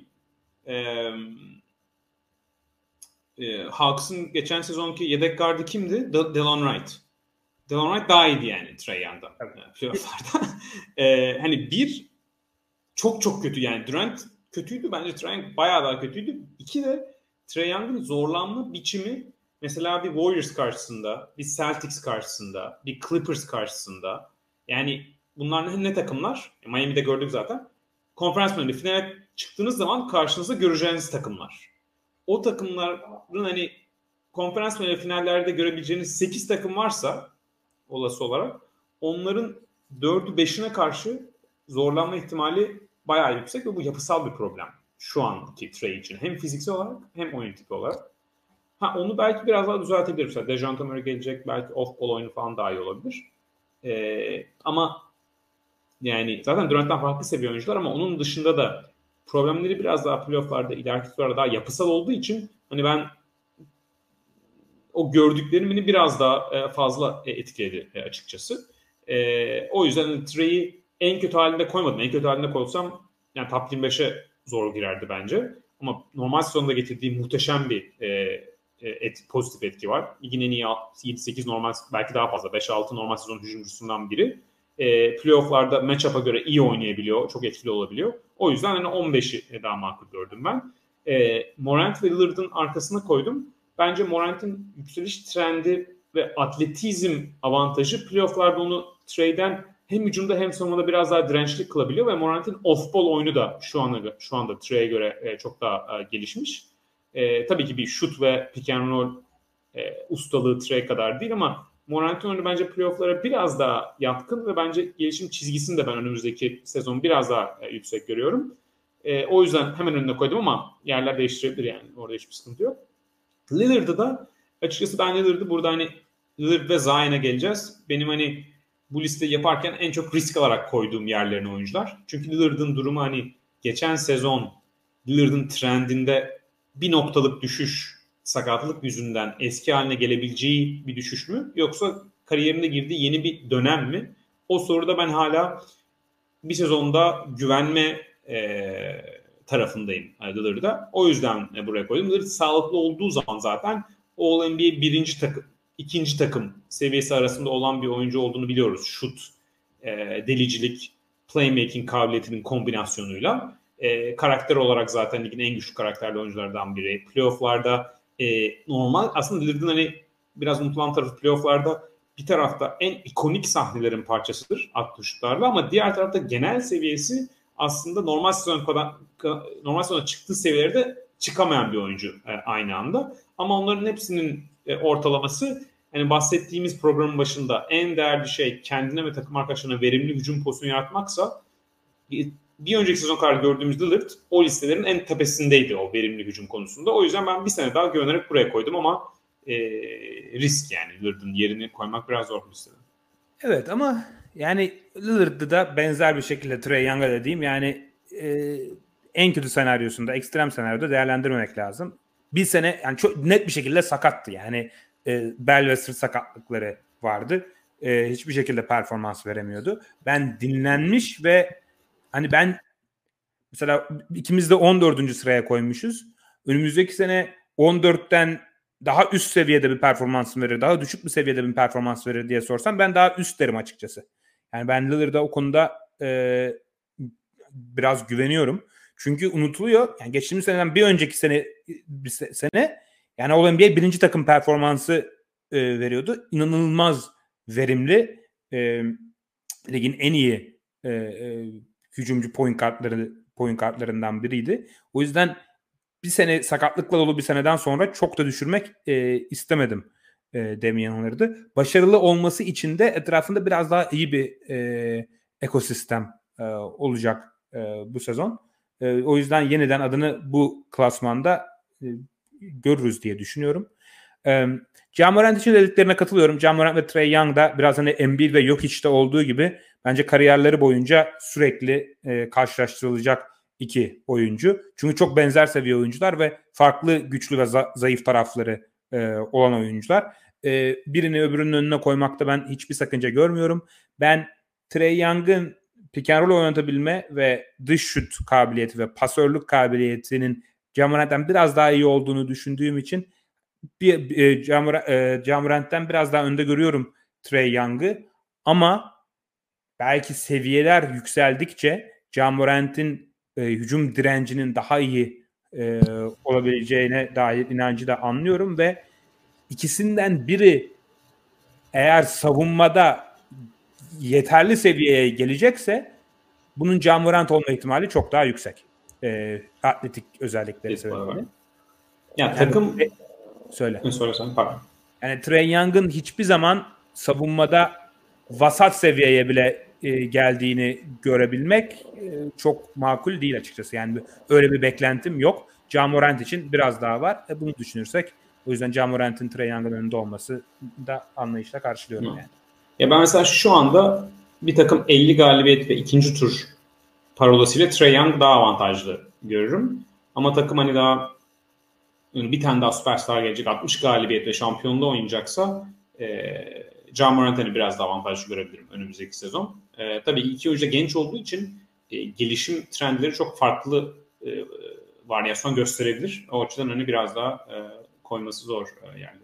Hawks'ın geçen sezonki yedek gardı kimdi? Delon Wright. Delon Wright daha iyiydi yani Trae Young'dan. Playoff'larda. Hani bir, çok çok kötü yani. Durant kötüydü. Bence Trae Young bayağı daha kötüydü. İki de Trae Young'ın zorlanma biçimi mesela bir Warriors karşısında, bir Celtics karşısında, bir Clippers karşısında, yani bunlar ne takımlar? Miami'de gördük zaten. Konferans finale çıktığınız zaman karşınızda göreceğiniz takımlar. O takımların hani konferans finallerde görebileceğiniz 8 takım varsa olası olarak onların 4'ü 5'ine karşı zorlanma ihtimali bayağı yüksek ve bu yapısal bir problem şu anki Trae için. Hem fiziksel olarak hem oyun tipi olarak. Onu belki biraz daha düzeltebilir. Mesela Dejounte Murray gelecek, belki off-ball oyunu falan daha iyi olabilir. Ama yani zaten Durant'tan farklı seviye oyuncular ama onun dışında da problemleri biraz daha playoff'larda, ileriki turlarda daha yapısal olduğu için hani ben o gördüklerim beni biraz daha fazla etkiledi açıkçası. O yüzden Trae'yi en kötü halinde koymadım. En kötü halinde koysam yani top 25'e zor girerdi bence. Ama normal sezonda getirdiği muhteşem bir pozitif etki var. Ligin en iyi 7-8 normal, belki daha fazla 5-6 normal sezon hücumcusundan biri. Playoff'larda matchup'a göre iyi oynayabiliyor. Çok etkili olabiliyor. O yüzden hani 15'i daha makul gördüm ben. Morant ve Lillard'ın arkasına koydum. Bence Morant'ın yükseliş trendi ve atletizm avantajı playoff'larda onu Trae'den hem hücumda hem savunmada biraz daha dirençli kılabiliyor ve Morant'ın off-ball oyunu da şu anda Trae'ye göre çok daha gelişmiş. Tabii ki bir şut ve pick and roll ustalığı Trae kadar değil ama Morant'ın oyunu bence playoff'lara biraz daha yatkın ve bence gelişim çizgisini de ben önümüzdeki sezon biraz daha yüksek görüyorum. O yüzden hemen önüne koydum ama yerler değiştirebilir yani. Orada hiçbir sıkıntı yok. Lillard'ı da açıkçası ben Lillard'ı burada hani Lillard ve Zion'a geleceğiz. Benim hani bu listeyi yaparken en çok risk alarak koyduğum yerlerine oyuncular. Çünkü Lillard'ın durumu hani geçen sezon Lillard'ın trendinde bir noktalık düşüş, sakatlık yüzünden eski haline gelebileceği bir düşüş mü? Yoksa kariyerinde girdiği yeni bir dönem mi? O soruda ben hala bir sezonda güvenme tarafındayım Lillard'da. O yüzden buraya koydum. Lillard sağlıklı olduğu zaman zaten All-NBA birinci takım, ikinci takım seviyesi arasında olan bir oyuncu olduğunu biliyoruz. Şut, delicilik, playmaking kabiliyetinin kombinasyonuyla. Karakter olarak zaten ligin en güçlü karakterli oyunculardan biri. Playoff'larda normal aslında Lillard'ın hani biraz unutulan tarafı playoff'larda bir tarafta en ikonik sahnelerin parçasıdır attığı şutlarla ama diğer tarafta genel seviyesi aslında normal sezona çıktığı seviyelerde çıkamayan bir oyuncu aynı anda. Ama onların hepsinin ortalaması hani bahsettiğimiz programın başında en değerli şey kendine ve takım arkadaşlarına verimli hücum pozisyonu yaratmaksa bir önceki sezon kadar gördüğümüz Lillard o listelerin en tepesindeydi o verimli hücum konusunda. O yüzden ben bir sene daha güvenerek buraya koydum ama risk yani Lillard'ın yerini koymak biraz zor bu listede. Evet ama yani Lillard'ı da benzer bir şekilde Trae Young'a dediğim yani en kötü senaryosunda, ekstrem senaryoda değerlendirmemek lazım. Bir sene yani çok net bir şekilde sakattı yani bel ve sırt sakatlıkları vardı. Hiçbir şekilde performans veremiyordu. Ben dinlenmiş ve hani ben mesela ikimiz de 14. sıraya koymuşuz. Önümüzdeki sene 14'ten daha üst seviyede bir performans verir, daha düşük bir seviyede bir performans verir diye sorsam ben daha üst derim açıkçası. Yani ben Lillard'a o konuda biraz güveniyorum. Çünkü unutuluyor. Yani geçtiğimiz seneden bir önceki sene yani All-NBA birinci takım performansı veriyordu. İnanılmaz verimli. Ligin en iyi hücumcu point kartlarından biriydi. O yüzden bir sene sakatlıkla dolu bir seneden sonra çok da düşürmek istemedim Damian Lillard'ı. Başarılı olması için de etrafında biraz daha iyi bir ekosistem olacak bu sezon. O yüzden yeniden adını bu klasmanda görürüz diye düşünüyorum. Ja Morant için dediklerine katılıyorum. Ja Morant ve Trae Young da biraz hani Embiid ve Jokic'te olduğu gibi bence kariyerleri boyunca sürekli karşılaştırılacak iki oyuncu. Çünkü çok benzer seviye oyuncular ve farklı güçlü ve zayıf tarafları olan oyuncular. Birini öbürünün önüne koymakta ben hiçbir sakınca görmüyorum. Ben Trae Young'ın pick and roll oynatabilme ve dış şut kabiliyeti ve pasörlük kabiliyetinin Ja Morant'ten biraz daha iyi olduğunu düşündüğüm için Ja Morant'ten biraz daha önde görüyorum Trae Young'ı. Ama belki seviyeler yükseldikçe Ja Morant'in hücum direncinin daha iyi olabileceğine dair inancı da anlıyorum ve ikisinden biri eğer savunmada yeterli seviyeye gelecekse bunun Ja Morant olma ihtimali çok daha yüksek. Atletik özellikleri sebebiyle. Yani takım söyle. Söylesen pardon. Yani Trae Young'ın hiçbir zaman savunmada vasat seviyeye bile geldiğini görebilmek çok makul değil açıkçası. Yani öyle bir beklentim yok. Ja Morant için biraz daha var. Bunu düşünürsek o yüzden Ja Morant'in Trae Young'ın önünde olması da anlayışla karşılıyorum yani. Ya ben mesela şu anda bir takım 50 galibiyet ve ikinci tur parolasıyla Trae Young daha avantajlı görürüm. Ama takım hani daha bir tane daha süperstar gelecek 60 galibiyetle şampiyonluğda oynayacaksa Ja Morant'ı biraz daha avantajlı görebilirim önümüzdeki sezon. Tabii iki oyuncu da genç olduğu için gelişim trendleri çok farklı varyasyon gösterebilir. O açıdan hani biraz daha koyması zor yani.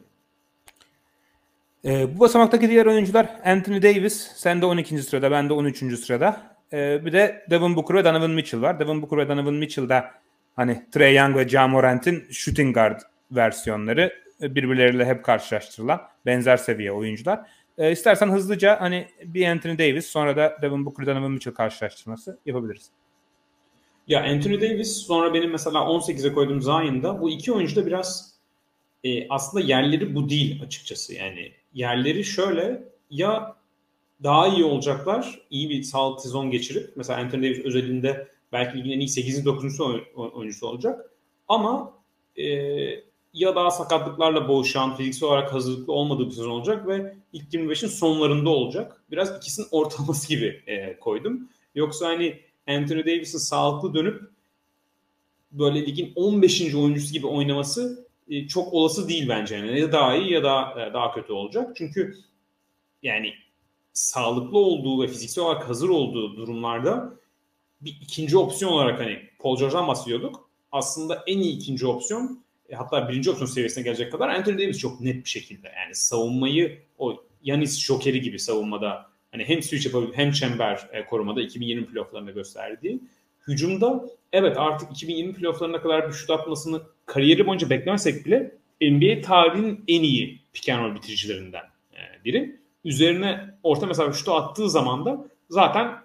Bu basamaktaki diğer oyuncular Anthony Davis, sen de 12. sırada, ben de 13. sırada. Bir de Devin Booker ve Donovan Mitchell var. Devin Booker ve Donovan Mitchell da hani Trae Young ve Ja Morant'in shooting guard versiyonları, birbirleriyle hep karşılaştırılan benzer seviye oyuncular. İstersen hızlıca hani bir Anthony Davis sonra da Devin Booker, Donovan Mitchell karşılaştırması yapabiliriz. Ya Anthony Davis sonra benim mesela 18'e koyduğum Zion'da bu iki oyuncu da biraz aslında yerleri bu değil açıkçası. Yani yerleri şöyle, ya daha iyi olacaklar, iyi bir sağlıklı sezon geçirip mesela Anthony Davis özelinde belki ligin en iyi 8. 9. oyuncusu olacak ama ya daha sakatlıklarla boğuşan, fiziksel olarak hazırlıklı olmadığı bir sezon olacak ve ilk 25'in sonlarında olacak. Biraz ikisinin ortalaması gibi koydum. Yoksa hani Anthony Davis'in sağlıklı dönüp böyle ligin 15. oyuncusu gibi oynaması çok olası değil bence. Yani ya daha iyi ya daha kötü olacak. Çünkü yani sağlıklı olduğu ve fiziksel olarak hazır olduğu durumlarda bir ikinci opsiyon olarak hani Paul George'dan bahsediyorduk. Aslında en iyi ikinci opsiyon, hatta birinci opsiyon seviyesine gelecek kadar Anthony Davis çok net bir şekilde. Yani savunmayı o Giannis Joker'i gibi savunmada hani hem switch yapabilir hem çember korumada 2020 playofflarında gösterdiği. Hücumda evet artık 2020 playofflarına kadar bir şut atmasını kariyeri boyunca beklemesek bile NBA tarihinin en iyi pick and roll bitiricilerinden biri. Üzerine orta mesafe şutu attığı zaman da zaten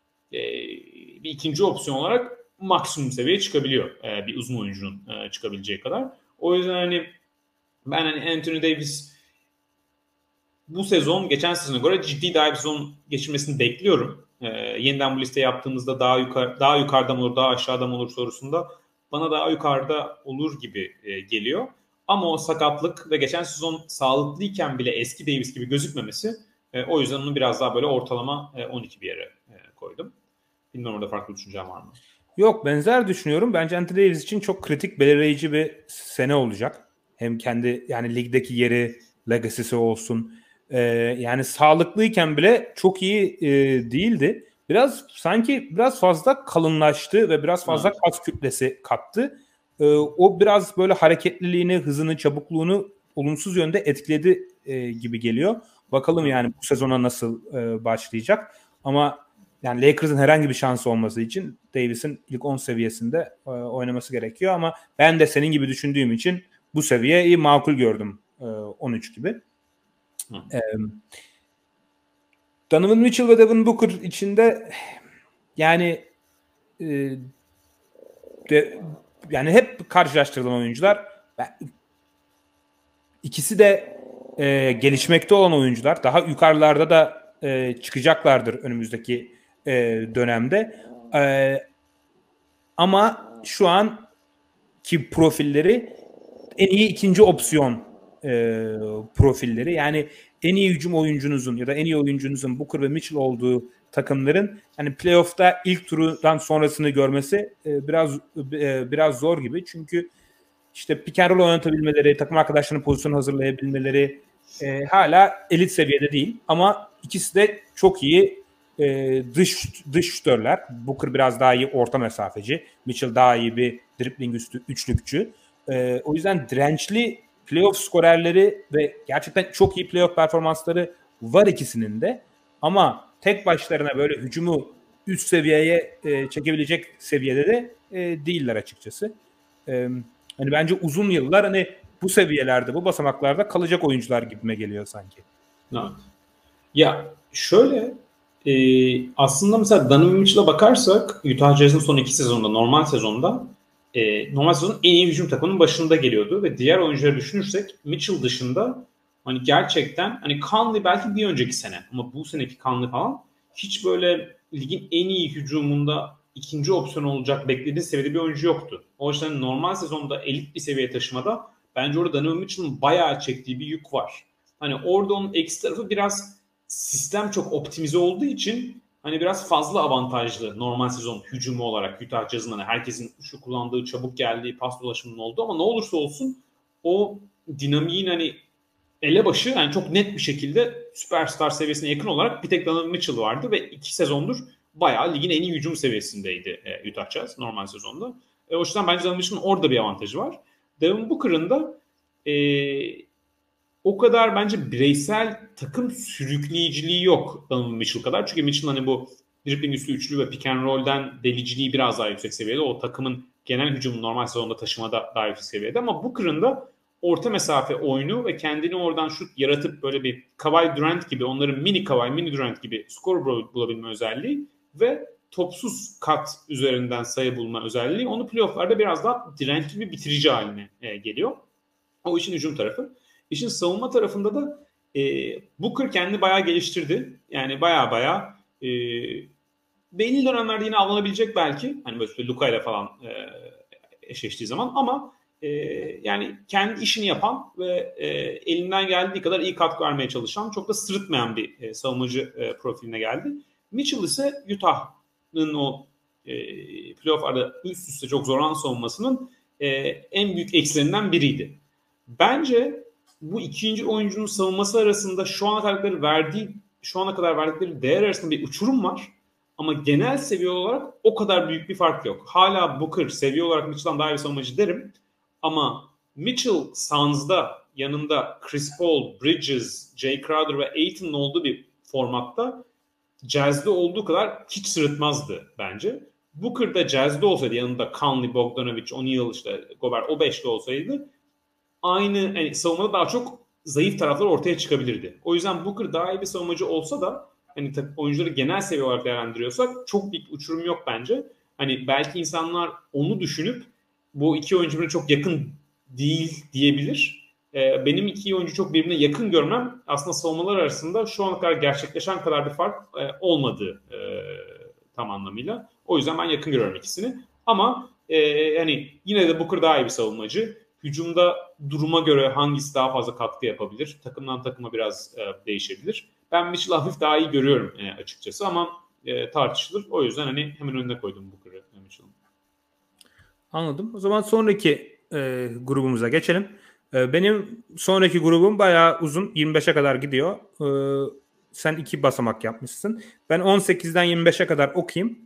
bir ikinci opsiyon olarak maksimum seviyeye çıkabiliyor. Bir uzun oyuncunun çıkabileceği kadar. O yüzden hani ben hani Anthony Davis bu sezon geçen sezona göre ciddi daha bir sezon geçirmesini bekliyorum. Yeniden bu liste yaptığımızda daha yukarıda mı olur, daha aşağıda mı olur sorusunda bana daha yukarıda olur gibi geliyor. Ama o sakatlık ve geçen sezon sağlıklıyken bile eski Davis gibi gözükmemesi o yüzden onu biraz daha böyle ortalama 12 bir yere koydum. Bilmiyorum orada farklı düşüncem var mı? Yok, benzer düşünüyorum. Bence Anthony Davis için çok kritik, belirleyici bir sene olacak. Hem kendi yani ligdeki yeri, legacy'si olsun. Yani sağlıklıyken bile çok iyi değildi. Sanki biraz fazla kalınlaştı ve biraz fazla kas kütlesi kattı. O biraz böyle hareketliliğini, hızını, çabukluğunu olumsuz yönde etkiledi gibi geliyor. Bakalım yani bu sezona nasıl başlayacak. Ama yani Lakers'ın herhangi bir şansı olması için Davis'in ilk 10 seviyesinde oynaması gerekiyor. Ama ben de senin gibi düşündüğüm için bu seviyeyi makul gördüm 13 gibi. Donovan Mitchell ve Devin Booker içinde yani yani hep karşılaştırılan oyuncular. İkisi de gelişmekte olan oyuncular. Daha yukarılarda da çıkacaklardır önümüzdeki dönemde. Ama şu anki profilleri en iyi ikinci opsiyon profilleri. Yani en iyi hücum oyuncunuzun ya da en iyi oyuncunuzun Booker ve Mitchell olduğu takımların hani playoff'ta ilk turdan sonrasını görmesi biraz zor gibi. Çünkü işte pick and roll oynatabilmeleri, takım arkadaşlarının pozisyonu hazırlayabilmeleri hala elit seviyede değil. Ama ikisi de çok iyi dış şütörler. Booker biraz daha iyi orta mesafeci. Mitchell daha iyi bir dribbling üstü üçlükçü. O yüzden dirençli playoff skorerleri ve gerçekten çok iyi playoff performansları var ikisinin de. Ama tek başlarına böyle hücumu üst seviyeye çekebilecek seviyede de değiller açıkçası. Hani bence uzun yıllar hani bu seviyelerde, bu basamaklarda kalacak oyuncular gibime geliyor sanki. Evet. Ya şöyle aslında mesela Donovan Mitchell'a bakarsak Utah Jazz'ın son 2 sezonda normal sezonun en iyi hücum takımının başında geliyordu ve diğer oyuncuları düşünürsek Mitchell dışında hani gerçekten hani Conley belki bir önceki sene ama bu seneki Conley falan hiç böyle ligin en iyi hücumunda ikinci opsiyon olacak beklediği seviyede bir oyuncu yoktu. O yüzden normal sezonda elit bir seviyeye taşımada bence orada Donovan Mitchell'ın bayağı çektiği bir yük var. Hani orada onun eksi tarafı biraz sistem çok optimize olduğu için hani biraz fazla avantajlı normal sezon hücumu olarak Utah Jazz'ın hani herkesin şu kullandığı, çabuk geldiği, pas dolaşımının olduğu ama ne olursa olsun o dinamiğin hani elebaşı yani çok net bir şekilde süperstar seviyesine yakın olarak bir tek Donovan Mitchell vardı ve 2 sezondur bayağı ligin en iyi hücum seviyesindeydi Utah Jazz normal sezonda. O yüzden bence Donovan Mitchell'ın orada bir avantajı var. Devin Booker'ın da o kadar bence bireysel takım sürükleyiciliği yok Donovan Mitchell kadar. Çünkü Mitchell hani bu dribbling üstü üçlü ve pick and roll'den deliciliği biraz daha yüksek seviyede. O takımın genel hücumu normal sezonda taşımada daha yüksek seviyede. Ama Booker'ın da orta mesafe oyunu ve kendini oradan şut yaratıp böyle bir Kawhi Durant gibi, onların mini Kawhi, mini Durant gibi skor bulabilme özelliği ve topsuz kat üzerinden sayı bulma özelliği onu playoff'larda biraz daha dirençli bir bitirici haline geliyor. O işin hücum tarafı. İşin savunma tarafında da Booker kendini bayağı geliştirdi. Yani bayağı belli dönemlerde yine alınabilecek belki. Hani böyle Luka ile falan eşleştiği zaman ama yani kendi işini yapan ve elinden geldiği kadar iyi katkı vermeye çalışan, çok da sırıtmayan bir savunmacı profiline geldi. Mitchell ise Utah'ın o playoff arada üst üste çok zorlanan savunmasının en büyük eksilerinden biriydi. Bence bu ikinci oyuncunun savunması arasında şu ana kadar verdikleri değer arasında bir uçurum var. Ama genel seviye olarak o kadar büyük bir fark yok. Hala Booker seviye olarak Mitchell'dan daha iyi bir savunmacı derim. Ama Mitchell Suns'da yanında Chris Paul, Bridges, Jay Crowder ve Ayton'un olduğu bir formatta Jazz'de olduğu kadar hiç sırıtmazdı bence. Booker'da Jazz'de olsaydı yanında Conley, Bogdanovic, O'Neal, işte Gobert o beşli olsaydı aynı yani savunmada daha çok zayıf taraflar ortaya çıkabilirdi. O yüzden Booker daha iyi bir savunmacı olsa da hani oyuncuları genel seviye olarak değerlendiriyorsak çok büyük uçurum yok bence. Hani belki insanlar onu düşünüp bu iki oyuncu birbirine çok yakın değil diyebilir. Benim iki oyuncu çok birbirine yakın görmem aslında savunmalar arasında şu ana kadar gerçekleşen kadar bir fark olmadı tam anlamıyla. O yüzden ben yakın görüyorum ikisini. Ama hani yine de Booker daha iyi bir savunmacı. Hücumda duruma göre hangisi daha fazla katkı yapabilir? Takımdan takıma biraz değişebilir. Ben Mitchell'ı hafif daha iyi görüyorum açıkçası ama tartışılır. O yüzden hani hemen önüne koydum Booker'ı Mitchell'ın. Anladım. O zaman sonraki grubumuza geçelim. Benim sonraki grubum bayağı uzun. 25'e kadar gidiyor. Sen 2 basamak yapmışsın. Ben 18'den 25'e kadar okuyayım.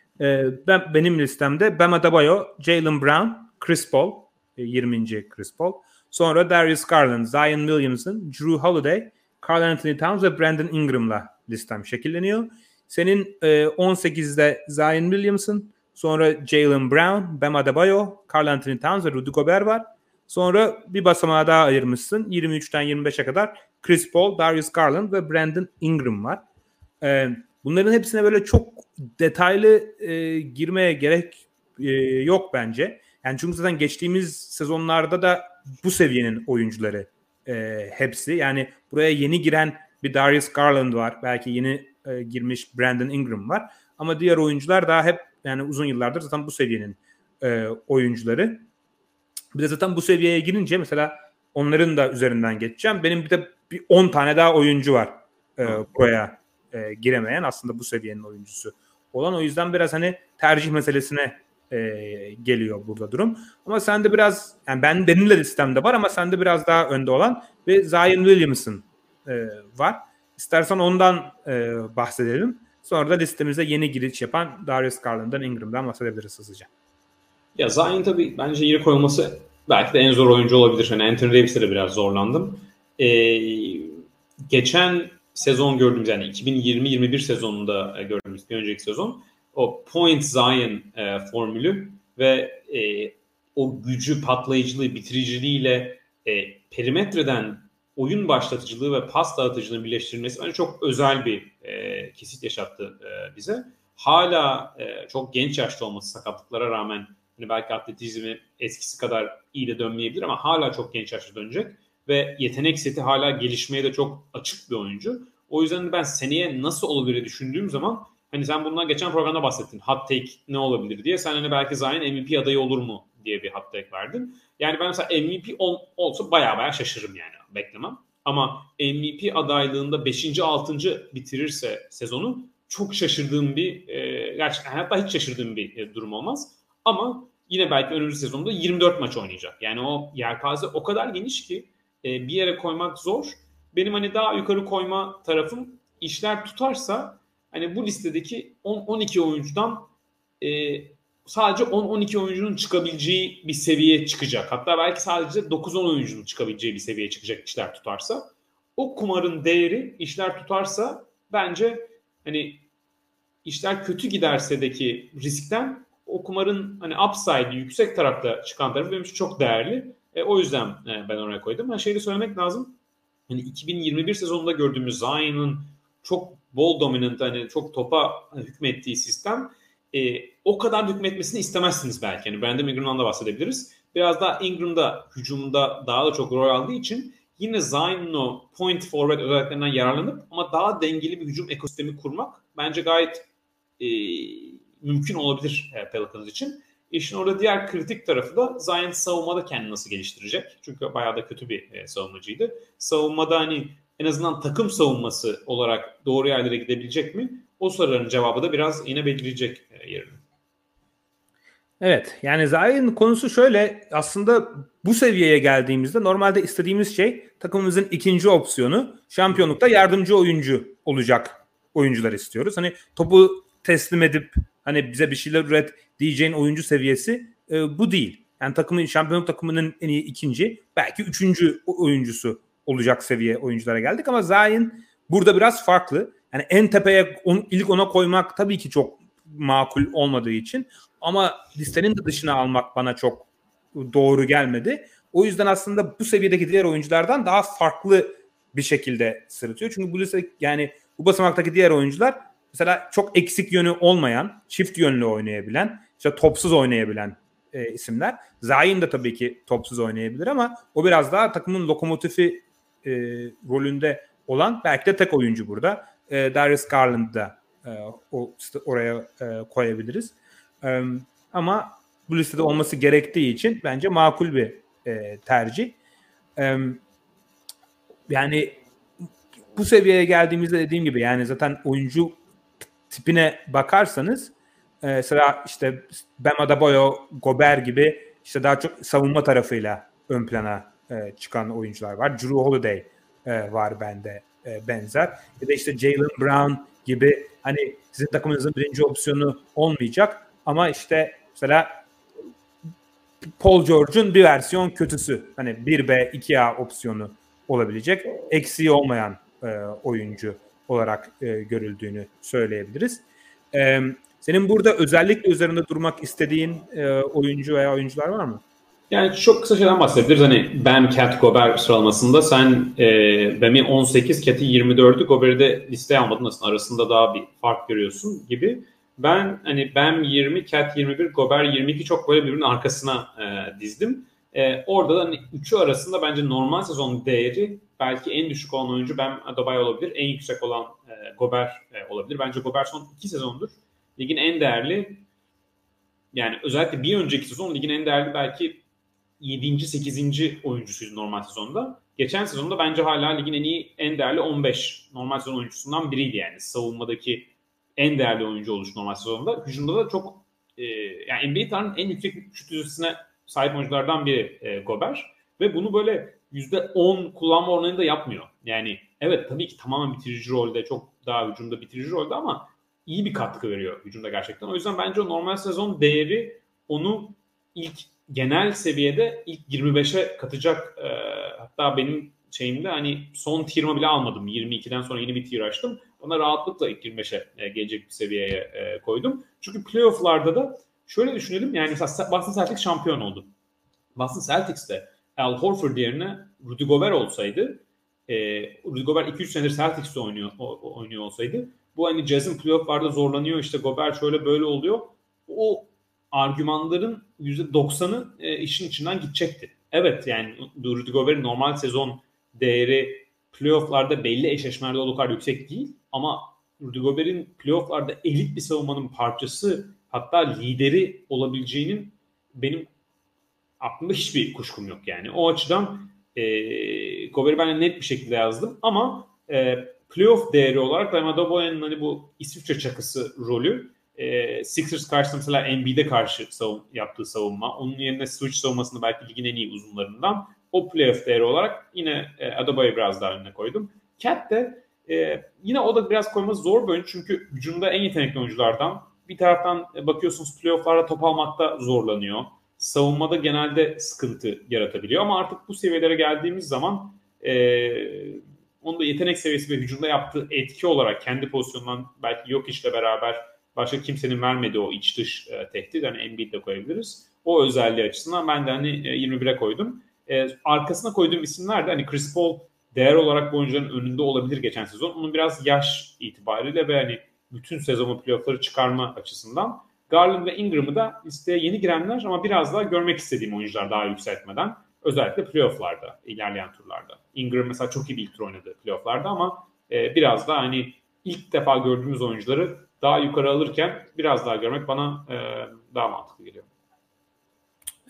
Benim listemde Bam Adebayo, Jaylen Brown, Chris Paul, 20. Chris Paul. Sonra Darius Garland, Zion Williamson, Jrue Holiday, Karl Anthony Towns ve Brandon Ingram'la listem şekilleniyor. Senin 18'de Zion Williamson, sonra Jaylen Brown, Bam Adebayo, Karl Anthony Towns ve Rudy Gobert var. Sonra bir basamağa daha ayırmışsın. 23'ten 25'e kadar Chris Paul, Darius Garland ve Brandon Ingram var. Bunların hepsine böyle çok detaylı girmeye gerek yok bence. Yani çünkü zaten geçtiğimiz sezonlarda da bu seviyenin oyuncuları hepsi. Yani buraya yeni giren bir Darius Garland var. Belki yeni girmiş Brandon Ingram var. Ama diğer oyuncular daha hep yani uzun yıllardır zaten bu seviyenin oyuncuları. Bir de zaten bu seviyeye girince mesela onların da üzerinden geçeceğim. Benim bir de bir 10 tane daha oyuncu var buraya giremeyen aslında bu seviyenin oyuncusu olan. O yüzden biraz hani tercih meselesine geliyor burada durum. Ama sende biraz yani benim de listemde var ama sende biraz daha önde olan ve Zion Williamson var. İstersen ondan bahsedelim. Sonra da listemize yeni giriş yapan Darius Garland'dan, Ingram'dan bahsedebiliriz hızlıca. Ya Zion tabii bence yeri koyulması belki de en zor oyuncu olabilir. Yani Anthony Davis'te de biraz zorlandım. Geçen sezon gördüğümüz yani 2020-21 sezonunda gördüğümüz bir önceki sezon o point Zion formülü ve o gücü, patlayıcılığı, bitiriciliğiyle perimetreden oyun başlatıcılığı ve pas dağıtıcılığının birleştirilmesi bence çok özel bir kesit yaşattı bize. Hala çok genç yaşta olması sakatlıklara rağmen hani belki atletizmi eskisi kadar iyi de dönmeyebilir ama hala çok genç yaşta dönecek ve yetenek seti hala gelişmeye de çok açık bir oyuncu. O yüzden ben seneye nasıl olabilir düşündüğüm zaman hani sen bundan geçen programda bahsettin. Hot take ne olabilir diye. Sen hani belki Zion MVP adayı olur mu diye bir hot take verdin. Yani ben mesela MVP olsa baya şaşırırım yani. Beklemem. Ama MVP adaylığında 5. 6. bitirirse sezonu çok şaşırdığım bir gerçekten hatta hiç şaşırdığım bir durum olmaz. Ama yine belki önümüzdeki sezonda 24 maç oynayacak. Yani o yelpaze o kadar geniş ki bir yere koymak zor. Benim hani daha yukarı koyma tarafım işler tutarsa hani bu listedeki 10-12 oyuncudan sadece 10-12 oyuncunun çıkabileceği bir seviyeye çıkacak. Hatta belki sadece 9-10 oyuncunun çıkabileceği bir seviyeye çıkacak işler tutarsa. O kumarın değeri işler tutarsa bence hani işler kötü gidersedeki riskten o kumarın hani upside'i yüksek tarafta çıkan tarafı benim için çok değerli. O yüzden ben oraya koydum. Ben şeyi de söylemek lazım. Hani 2021 sezonunda gördüğümüz Zion'ın çok ball dominant hani çok topa hükmettiği sistem o kadar hükmetmesini istemezsiniz belki. Yani Brandon Ingram'dan da bahsedebiliriz. Biraz daha Ingram'da hücumda daha da çok rol aldığı için yine Zion'un o point forward özelliklerinden yararlanıp ama daha dengeli bir hücum ekosistemi kurmak bence gayet mümkün olabilir Pelicans için. İşin orada diğer kritik tarafı da Zion savunmada kendini nasıl geliştirecek? Çünkü bayağı da kötü bir savunmacıydı. Savunmada hani en azından takım savunması olarak doğru yerlere gidebilecek mi? O soruların cevabı da biraz yine belirleyecek yerini. Evet, yani Zion konusu şöyle, aslında bu seviyeye geldiğimizde normalde istediğimiz şey takımımızın ikinci opsiyonu, şampiyonlukta yardımcı oyuncu olacak oyuncular istiyoruz. Hani topu teslim edip hani bize bir şeyler üret diyeceğin oyuncu seviyesi bu değil. Yani şampiyonluk takımının en iyi ikinci, belki üçüncü oyuncusu olacak seviye oyunculara geldik ama Zion burada biraz farklı. Yani en tepeye ilk ona koymak tabii ki çok makul olmadığı için, ama listenin de dışına almak bana çok doğru gelmedi. O yüzden aslında bu seviyedeki diğer oyunculardan daha farklı bir şekilde sırıtıyor. Çünkü bu liste, yani bu basamaktaki diğer oyuncular mesela çok eksik yönü olmayan, çift yönlü oynayabilen, işte topsuz oynayabilen isimler. Zion da tabii ki topsuz oynayabilir ama o biraz daha takımın lokomotifi rolünde olan belki de tek oyuncu burada. Darius Garland'ı da oraya koyabiliriz. Ama bu listede olması gerektiği için bence makul bir tercih. Yani bu seviyeye geldiğimizde dediğim gibi, yani zaten oyuncu tipine bakarsanız mesela işte Bam Adebayo, Gobert gibi işte daha çok savunma tarafıyla ön plana çıkan oyuncular var. Jrue Holiday var bende benzer. Ya da işte Jaylen Brown gibi, hani sizin takımınızın birinci opsiyonu olmayacak ama işte mesela Paul George'un bir versiyon kötüsü, hani 1B 2A opsiyonu olabilecek, eksiği olmayan oyuncu olarak görüldüğünü söyleyebiliriz. Senin burada özellikle üzerinde durmak istediğin oyuncu veya oyuncular var mı? Yani çok kısa şeyden bahsedebiliriz. Hani Bam, Cat, Gobert sıralamasında sen Bam'i 18, Cat'i 24'ü, Gobert'i de listeye almadın. Aslında arasında daha bir fark görüyorsun gibi. Ben hani Bam 20, Cat 21, Gobert 22 çok böyle birbirinin arkasına dizdim. Orada da hani üçü arasında bence normal sezon değeri belki en düşük olan oyuncu Bam Adebayo olabilir. En yüksek olan Gobert olabilir. Bence Gobert son 2 sezondur ligin en değerli, yani özellikle bir önceki sezon ligin en değerli belki 7. 8. oyuncusuydu normal sezonda. Geçen sezonda bence hala ligin en iyi, en değerli 15 normal sezon oyuncusundan biriydi yani. Savunmadaki en değerli oyuncu oluşu normal sezonda. Hücumda da çok yani NBA tarihinin en yüksek şut yüzdesine sahip oyunculardan biri Gobert. Ve bunu böyle %10 kullanma oranını da yapmıyor. Yani evet, tabii ki tamamen bitirici rolde, çok daha hücumda bitirici rolde ama iyi bir katkı veriyor hücumda gerçekten. O yüzden bence o normal sezon değeri onu ilk genel seviyede ilk 25'e katacak. Hatta benim şeyimde hani son tier'ımı bile almadım. 22'den sonra yeni bir tier açtım. Ona rahatlıkla ilk 25'e gelecek bir seviyeye koydum. Çünkü playoff'larda da şöyle düşünelim. Yani mesela Boston Celtics şampiyon oldu. Boston Celtics'te Al Horford yerine Rudy Gobert olsaydı, Rudy Gobert 2-3 senedir Celtics'te oynuyor olsaydı, bu hani Jazz'ın playoff'larda zorlanıyor, işte Gobert şöyle böyle oluyor, o argümanların %90'ı işin içinden gidecekti. Evet, yani Rudy Gobert'in normal sezon değeri playoff'larda belli eşleşmelerde o kadar yüksek değil ama Rudy Gobert'in playoff'larda elit bir savunmanın parçası, hatta lideri olabileceğinin benim aklımda hiçbir kuşkum yok yani. O açıdan Gobert'i ben net bir şekilde yazdım ama playoff değeri olarak Bam Adebayo'nun hani bu İsviçre çakısı rolü, Sixers karşısında mesela Embiid'e karşı yaptığı savunma, onun yerine switch savunmasını belki ligin en iyi uzunlarından, o playoff değeri olarak yine Adebayo'yu biraz daha önüne koydum. Cat de yine o da biraz koyması zor bir oyuncu çünkü hücumda en yetenekli oyunculardan. Bir taraftan bakıyorsunuz playoff'larda top almakta zorlanıyor. Savunmada genelde sıkıntı yaratabiliyor ama artık bu seviyelere geldiğimiz zaman onun da yetenek seviyesi ve hücumda yaptığı etki olarak kendi pozisyonundan belki yok işle beraber başka kimsenin vermediği o iç dış tehdit, hani Embiid'de koyabiliriz. O özelliği açısından ben de hani 21'e koydum. Arkasına koyduğum isimler de hani Chris Paul değer olarak bu oyuncuların önünde olabilir geçen sezon. Onun biraz yaş itibariyle ve hani bütün sezonu playoff'ları çıkarma açısından. Garland ve Ingram'ı da listeye yeni girenler ama biraz daha görmek istediğim oyuncular daha yükseltmeden. Özellikle playoff'larda, ilerleyen turlarda. Ingram mesela çok iyi bir ilk tur oynadı playoff'larda ama biraz daha hani ilk defa gördüğümüz oyuncuları daha yukarı alırken biraz daha görmek bana daha mantıklı geliyor.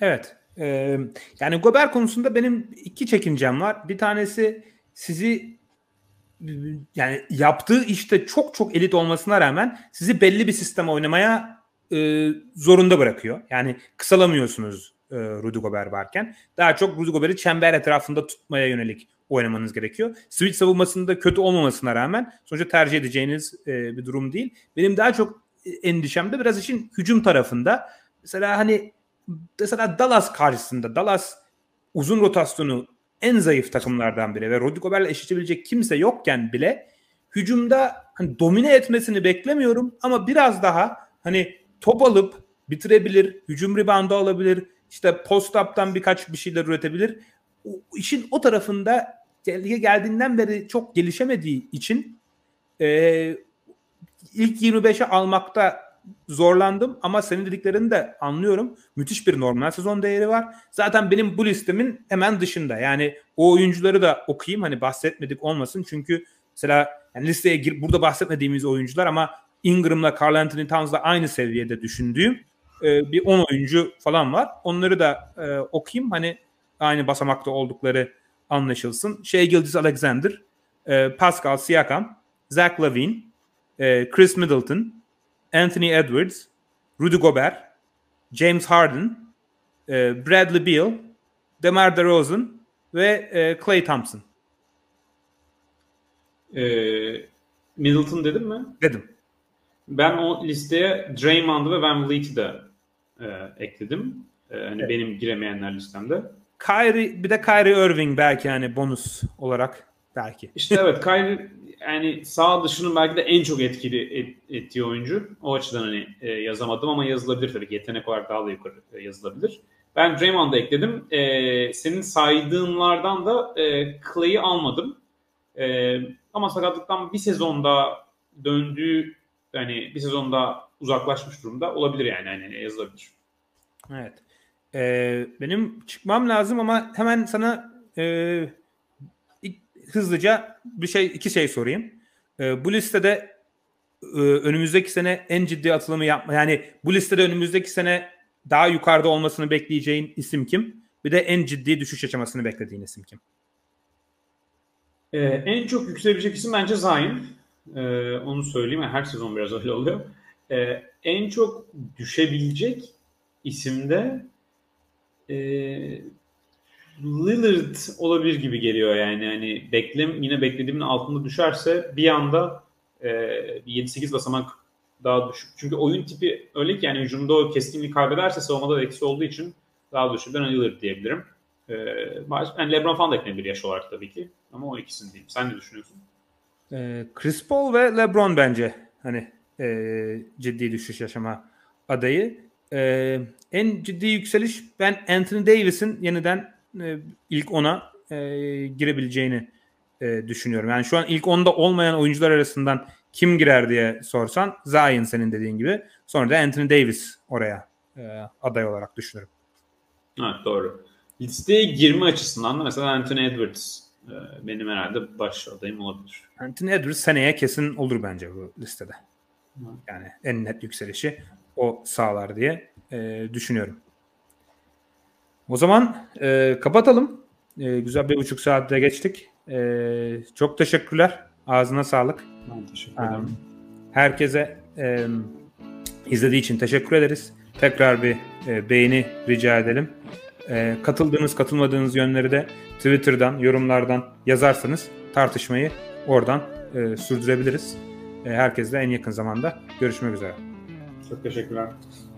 Evet. Yani Gobert konusunda benim iki çekincem var. Bir tanesi sizi yani yaptığı işte çok çok elit olmasına rağmen sizi belli bir sistem oynamaya zorunda bırakıyor. Yani kısalamıyorsunuz Rudy Gobert varken. Daha çok Rudy Gobert'i çember etrafında tutmaya yönelik oynamanız gerekiyor. Switch savunmasında kötü olmamasına rağmen sonuçta tercih edeceğiniz bir durum değil. Benim daha çok endişem de biraz işin hücum tarafında. Mesela Dallas karşısında, Dallas uzun rotasyonu en zayıf takımlardan biri ve Rudy Gobert'le eşleşebilecek kimse yokken bile hücumda hani domine etmesini beklemiyorum ama biraz daha hani top alıp bitirebilir, hücum reboundu alabilir, işte post-up'tan bir şeyler üretebilir. İşin o tarafında lige geldiğinden beri çok gelişemediği için ilk 25'e almakta zorlandım ama senin dediklerini de anlıyorum. Müthiş bir normal sezon değeri var. Zaten benim bu listemin hemen dışında. Yani o oyuncuları da okuyayım. Hani bahsetmedik olmasın. Çünkü mesela yani listeye burada bahsetmediğimiz oyuncular ama Ingram'la Karl Anthony Towns'la aynı seviyede düşündüğüm bir 10 oyuncu falan var. Onları da okuyayım. Hani aynı basamakta oldukları anlaşılsın. Shai Gilgeous-Alexander, Pascal Siakam, Zach LaVine, Chris Middleton, Anthony Edwards, Rudy Gobert, James Harden, Bradley Beal, DeMar DeRozan ve Klay Thompson. Middleton dedim mi? Dedim. Ben o listeye Draymond'u ve Van Vliet'i de ekledim. Hani evet. Benim giremeyenler listemde. Bir de Kyrie Irving belki yani bonus olarak belki. İşte evet Kyrie yani sağ dışının belki de en çok etkili ettiği oyuncu. O açıdan hani yazamadım ama yazılabilir tabii ki. Yetenek olarak daha da yukarı yazılabilir. Ben Draymond'u ekledim. Senin saydığınlardan da Clay'i almadım. Ama sakatlıktan bir sezonda döndüğü yani bir sezonda uzaklaşmış durumda olabilir yani hani yazılabilir. Evet. Benim çıkmam lazım ama hemen sana hızlıca iki şey sorayım. Bu listede önümüzdeki sene en ciddi atılımı yapma yani bu listede önümüzdeki sene daha yukarıda olmasını bekleyeceğin isim kim? Bir de en ciddi düşüş yaşamasını beklediğin isim kim? En çok yükselebilecek isim bence Zion. Onu söyleyeyim. Her sezon biraz öyle oluyor. En çok düşebilecek isim de Lillard olabilir gibi geliyor yani. Hani yine beklediğimin altında düşerse bir anda 7-8 basamak daha düşük. Çünkü oyun tipi öyle ki yani hücumda o keskinliği kaybederse savunmada da eksi olduğu için daha düşük. Ben Lillard diyebilirim. Yani LeBron falan da eklenebilir yaş olarak tabii ki. Ama o ikisini diyeyim. Sen ne düşünüyorsun? Chris Paul ve LeBron bence hani ciddi düşüş yaşama adayı. En ciddi yükseliş ben Anthony Davis'in yeniden ilk 10'a girebileceğini düşünüyorum. Yani şu an ilk 10'da olmayan oyuncular arasından kim girer diye sorsan Zion senin dediğin gibi. Sonra da Anthony Davis oraya aday olarak düşünüyorum. Evet doğru. Listeye girme açısından da mesela Anthony Edwards benim herhalde baş adayım olabilir. Anthony Edwards seneye kesin olur bence bu listede. Yani en net yükselişi o sağlar diye düşünüyorum. O zaman kapatalım. Güzel 1,5 saatte geçtik. Çok teşekkürler. Ağzına sağlık. Ben teşekkür ederim. Herkese izlediği için teşekkür ederiz. Tekrar bir beğeni rica edelim. Katılmadığınız yönleri de Twitter'dan, yorumlardan yazarsanız tartışmayı oradan sürdürebiliriz. Herkesle en yakın zamanda görüşmek üzere. Çok teşekkürler.